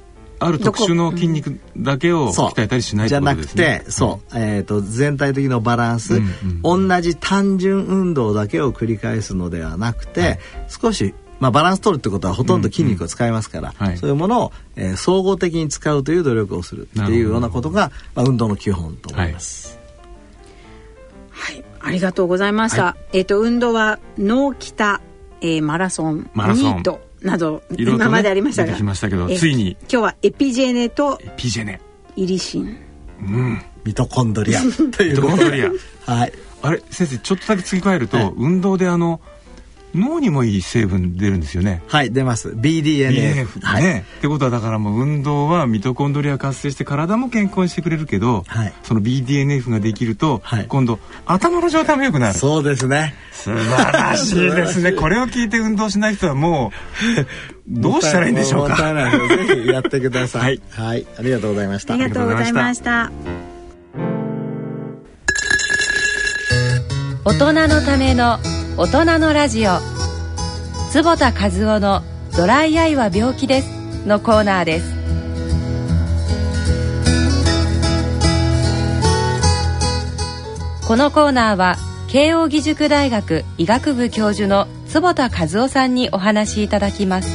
ある特殊の筋肉だけを鍛えたりしないってことですね。 じゃなくて、そう、えーと、全体的なバランス、うんうん、同じ単純運動だけを繰り返すのではなくて、はい、少し、まあ、バランス取るってことはほとんど筋肉を使いますから、うんうん、そういうものを、えー、総合的に使うという努力をするっていうようなことが、まあ、運動の基本と思います。 はい、はい、ありがとうございました。はい、えーと、運動は脳北、えー、マラソン、マラソンニートなど、ね、今までありましたが、 出てきましたけど、ついに今日はエピジェネとエピジェネ、 イリシン、 うん、 ミトコンドリアというミトコンドリアはい。 あれ先生、ちょっとだけ付け加えると、はい、運動であの脳にもいい成分出るんですよね。 はい、出ます。 ビーディーエヌエフ, ビーディーエヌエフ ね、はい、ってことはだからもう運動はミトコンドリア活性して体も健康にしてくれるけど、はい、その ビーディーエヌエフ ができると、はい、今度頭の状態も良くなる。 そうですね。 素晴らしいですね。これを聞いて運動しない人はもうどうしたらいいんでしょうか。 ぜひやってください。はい、はい、ありがとうございました。 ありがとうございました。 大人のための大人のラジオ、坪田和夫のドライアイは病気ですのコーナーです。このコーナーは慶應義塾大学医学部教授の坪田和夫さんにお話しいただきます。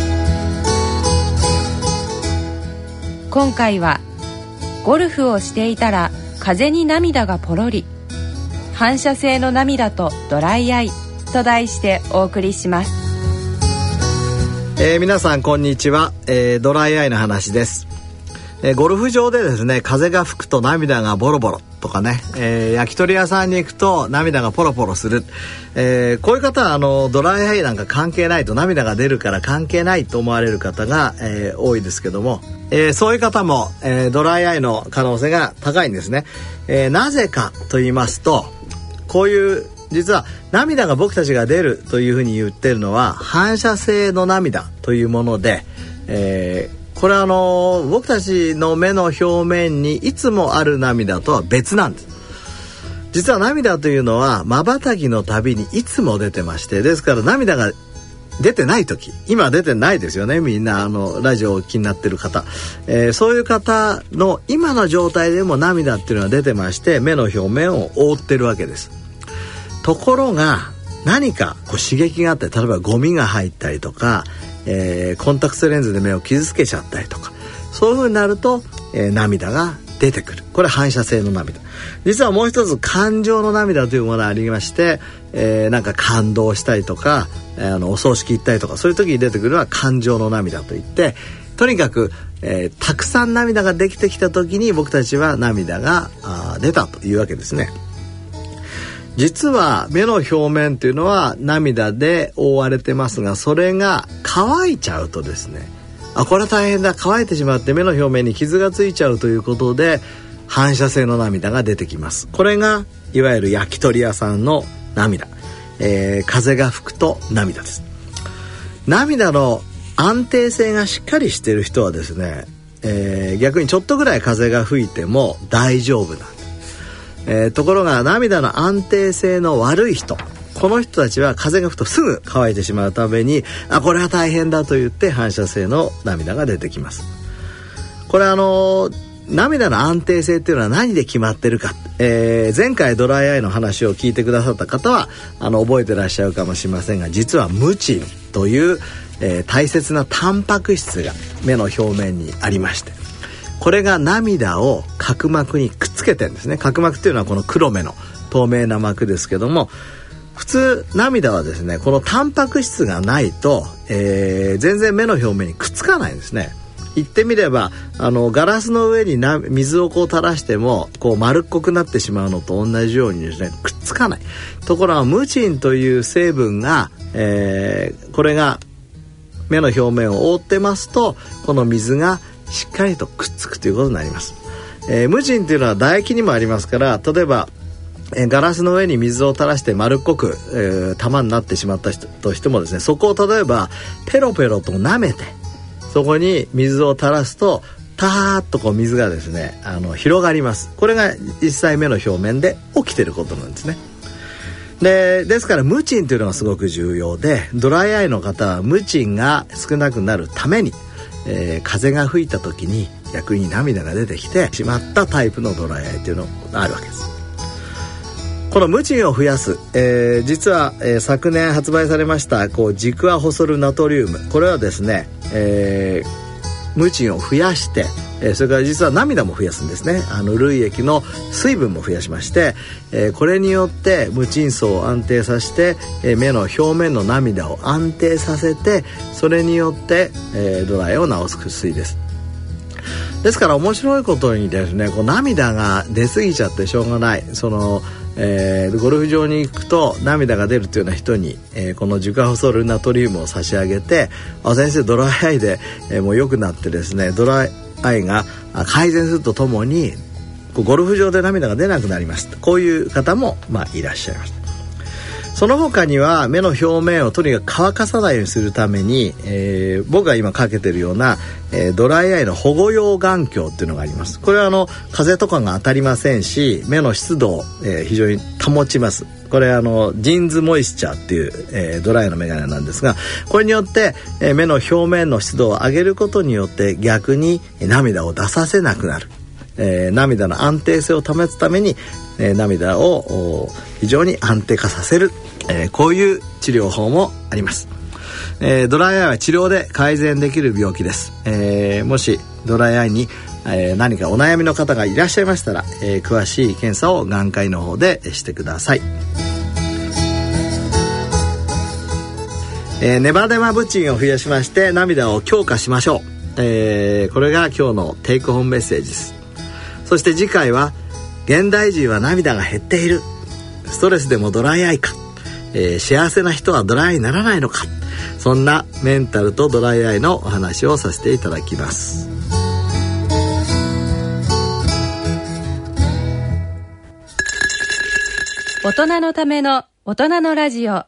今回はゴルフをしていたら風に涙がポロリ、反射性の涙とドライアイと題してお送りします。 えー、皆さんこんにちは、えー、ドライアイの話です。えー、ゴルフ場でですね、風が吹くと涙がボロボロとかね、えー、焼き鳥屋さんに行くと涙がポロポロする、えー、こういう方はあのドライアイなんか関係ないと、涙が出るから関係ないと思われる方が、えー、多いですけども、えー、そういう方も、えー、ドライアイの可能性が高いんですね。えー、なぜかと言いますと、こういう実は涙が僕たちが出るというふうに言ってるのは反射性の涙というもので、えー、これはあの僕たちの目の表面にいつもある涙とは別なんです。実は涙というのは瞬きのたびにいつも出てまして、ですから涙が出てない時、今出てないですよね、みんなあのラジオを気になってる方、えー、そういう方の今の状態でも涙っていうのは出てまして、目の表面を覆ってるわけです。ところが何かこう刺激があったり、例えばゴミが入ったりとか、えー、コンタクトレンズで目を傷つけちゃったりとか、そういう風になると、えー、涙が出てくる。これ反射性の涙。実はもう一つ感情の涙というものがありまして、えー、なんか感動したりとか、あのお葬式行ったりとか、そういう時に出てくるのは感情の涙といって、とにかく、えー、たくさん涙ができてきた時に僕たちは涙が出たというわけですね。実は目の表面というのは涙で覆われてますが、それが乾いちゃうとですね、あ、これは大変だ、乾いてしまって目の表面に傷がついちゃうということで、反射性の涙が出てきます。これがいわゆる焼き鳥屋さんの涙、えー、風が吹くと涙です。涙の安定性がしっかりしている人はですね、えー、逆にちょっとぐらい風が吹いても大丈夫なんです。えー、ところが涙の安定性の悪い人、この人たちは風が吹くとすぐ乾いてしまうために、あ、これは大変だと言って反射性の涙が出てきます。これあの涙の安定性っていうのは何で決まってるか、えー、前回ドライアイの話を聞いてくださった方はあの覚えてらっしゃるかもしれませんが、実はムチンという、えー、大切なタンパク質が目の表面にありまして、これが涙を角膜にくっつけてるんですね。角膜っていうのはこの黒目の透明な膜ですけども、普通涙はですね、このタンパク質がないと、えー、全然目の表面にくっつかないんですね。言ってみればあのガラスの上にな水をこう垂らしてもこう丸っこくなってしまうのと同じようにですね、くっつかない。ところがムチンという成分が、えー、これが目の表面を覆ってますと、この水がしっかりとくっつくということになります。えー、ムチンというのは唾液にもありますから、例えば、えー、ガラスの上に水を垂らして丸っこく、えー、玉になってしまった人としてもですね、そこを例えばペロペロと舐めてそこに水を垂らすとターッとこう水がですねあの広がります。これが実際目の表面で起きていることなんですね。で、ですからムチンというのがすごく重要で、ドライアイの方はムチンが少なくなるために、 えー、風が吹いた時に逆に涙が出てきてしまったタイプのドライアイっていうのがあるわけです。このムチンを増やす、えー、実は、えー、昨年発売されましたこうジクアホソルナトリウム、これはですね、えー、ムチンを増やして、えー、それから実は涙も増やすんですね。あの涙液の水分も増やしまして、えー、これによってムチン層を安定させて、えー、目の表面の涙を安定させて、それによって、えー、ドライを治す薬です。ですから面白いことにですね、こう涙が出過ぎちゃってしょうがない、そのえー、ゴルフ場に行くと涙が出るというような人に、えー、このジクアホソルナトリウムを差し上げて、あ、先生ドライアイで、えー、もう良くなってですね、ドライアイが改善するとともにこうゴルフ場で涙が出なくなりました、こういう方も、まあ、いらっしゃいました。その他には目の表面をとにかく乾かさないようにするために、えー、僕が今かけてるような、えー、ドライアイの保護用眼鏡っていうのがあります。これはあの風とかが当たりませんし、目の湿度を、えー、非常に保ちます。これあのジーンズモイスチャーっていう、えー、ドライのメガネなんですが、これによって、えー、目の表面の湿度を上げることによって逆に涙を出させなくなる、えー、涙の安定性を保つために、えー、涙を非常に安定化させる、えー、こういう治療法もあります。えー、ドライアイは治療で改善できる病気です。えー、もしドライアイに、えー、何かお悩みの方がいらっしゃいましたら、えー、詳しい検査を眼科医の方でしてください。えー、ネバネバムチンを増やしまして涙を強化しましょう。えー、これが今日のテイクホームメッセージです。そして次回は現代人は涙が減っている、ストレスでもドライアイか、えー、幸せな人はドライアイにならないのか、そんなメンタルとドライアイのお話をさせていただきます。 大人のための大人のラジオ。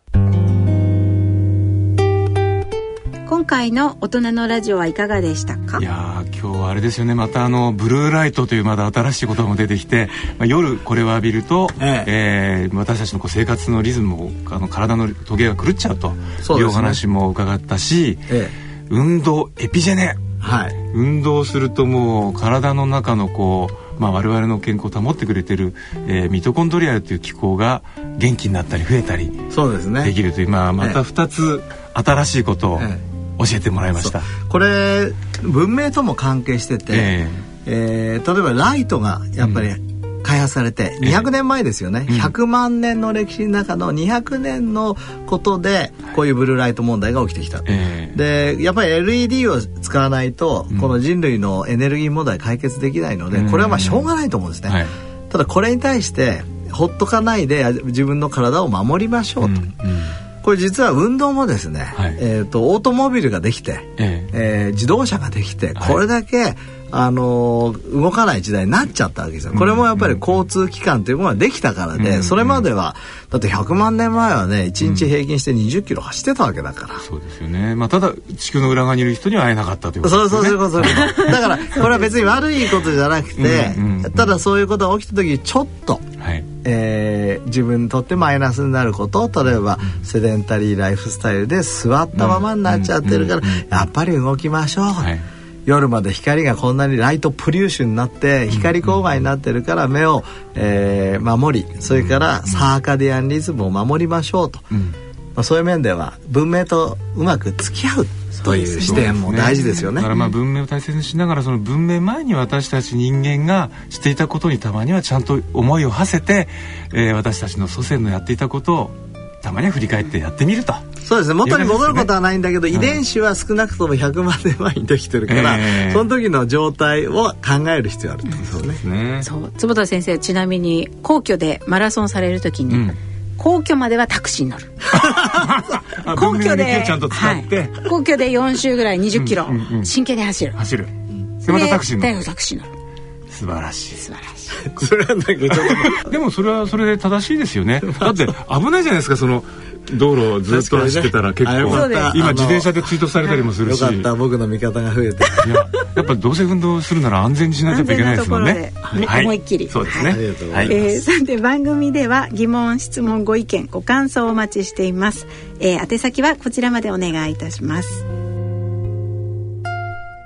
今回の大人のラジオはいかがでしたか？ いやー、今日はあれですよね、またあのブルーライトというまだ新しいことも出てきて、まあ、夜これを浴びると、えええー、私たちのこう生活のリズムをあの体の時計が狂っちゃうというお話も伺ったし、ええ、運動エピジェネ、はい、運動するともう体の中のこう、まあ、我々の健康を保ってくれてる、えー、ミトコンドリアルという機構が元気になったり増えたりできるという、まあ、またふたつ新しいことを、ええ教えてもらいました。 これ文明とも関係してて、えーえー、例えばライトがやっぱり開発されてにひゃくねんまえですよね、えー、ひゃくまんねんの歴史の中のにひゃくねんのことでこういうブルーライト問題が起きてきた、えー、でやっぱり エルイーディー を使わないとこの人類のエネルギー問題解決できないので、これはまあしょうがないと思うんですね、はい、ただこれに対してほっとかないで自分の体を守りましょうと、うんうん、これ実は運動もですね、はい、えーと、オートモビルができて、えーえー、自動車ができて、これだけ、はい、あのー、動かない時代になっちゃったわけですよ。これもやっぱり交通機関というものができたからで、うんうん、それまではだってひゃくまんねんまえはねいちにち平均してにじゅっキロ走ってたわけだから、うん、 そうですよね。まあ、ただ地球の裏側にいる人には会えなかったということですよね。 そうそうそうそうだからこれは別に悪いことじゃなくてうんうん、うん、ただそういうことが起きた時にちょっと、はい、えー、自分にとってマイナスになること、例えば、うん、セデンタリーライフスタイルで座ったままになっちゃってるから、うんうんうん、やっぱり動きましょう、はい、夜まで光がこんなにライトプリューションになって光光害になってるから目を、えー、守り、それからサーカディアンリズムを守りましょうと、うん、まあ、そういう面では文明とうまく付き合うという視点も大事ですよね。 だからまあ文明を大切にしながら、その文明前に私たち人間がしていたことにたまにはちゃんと思いを馳せて、えー、私たちの祖先のやっていたことをたまには振り返ってやってみると。 そうですね、元に戻ることはないんだけど、遺伝子は少なくともひゃくまんねんまえにできてるから、えー、その時の状態を考える必要あると。 そうですね。 そう、坪田先生、ちなみに皇居でマラソンされる時に、うん、皇居まではタクシーに乗る皇居でちゃんと使って、はい、 皇居でよん周ぐらいにじゅっキロ、うんうんうん、真剣に走る走るでまたタクシーに乗る。 タクシーに乗る。 素晴らしい素晴らしいそれはなんかちょっとでもそれはそれで正しいですよね。だって危ないじゃないですか、その道路をずっと走ってたら結構、ね、今自転車で追突されたりもするし、 よかった、僕の味方が増えていや、やっぱどうせ運動するなら安全にしないといけないですもんね。 はい、思いっきり、 そうですね、 はい、えー、さて番組では疑問、質問、ご意見、ご感想をお待ちしています、えー、宛先はこちらまでお願いいたします。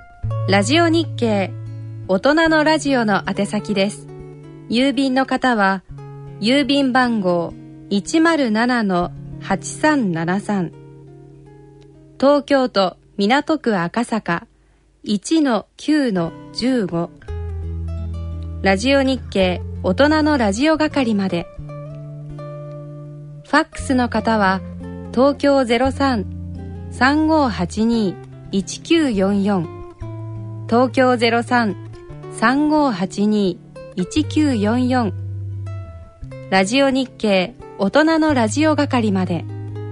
ラジオ日経大人のラジオの宛先です。郵便の方は郵便番号 いちまるななのはちさんななさん、 東京都港区赤坂 いちのきゅうのじゅうご、 ラジオ日経大人のラジオ係まで。ファックスの方は東京 ゼロさん さんごはちに いちきゅうよんよん、 東京 ゼロさん さんごはちに いちきゅうよんよん、 ラジオ日経大人のラジオ係まで。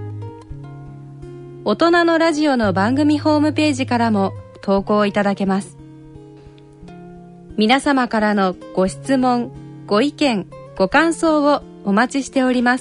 大人のラジオの番組ホームページからも投稿いただけます。皆様からのご質問、ご意見、ご感想をお待ちしております。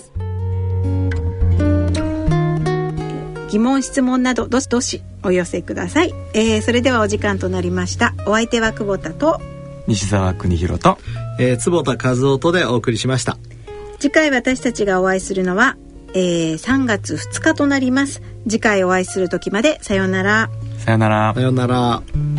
疑問質問などどしどしお寄せください。えー、それではお時間となりました。お相手は久保田と西澤邦弘と、 えー、坪田和夫とでお送りしました。 次回私たちがお会いするのは、えー、さんがつふつかとなります。次回お会いする時までさようなら。 さようなら。 さようなら。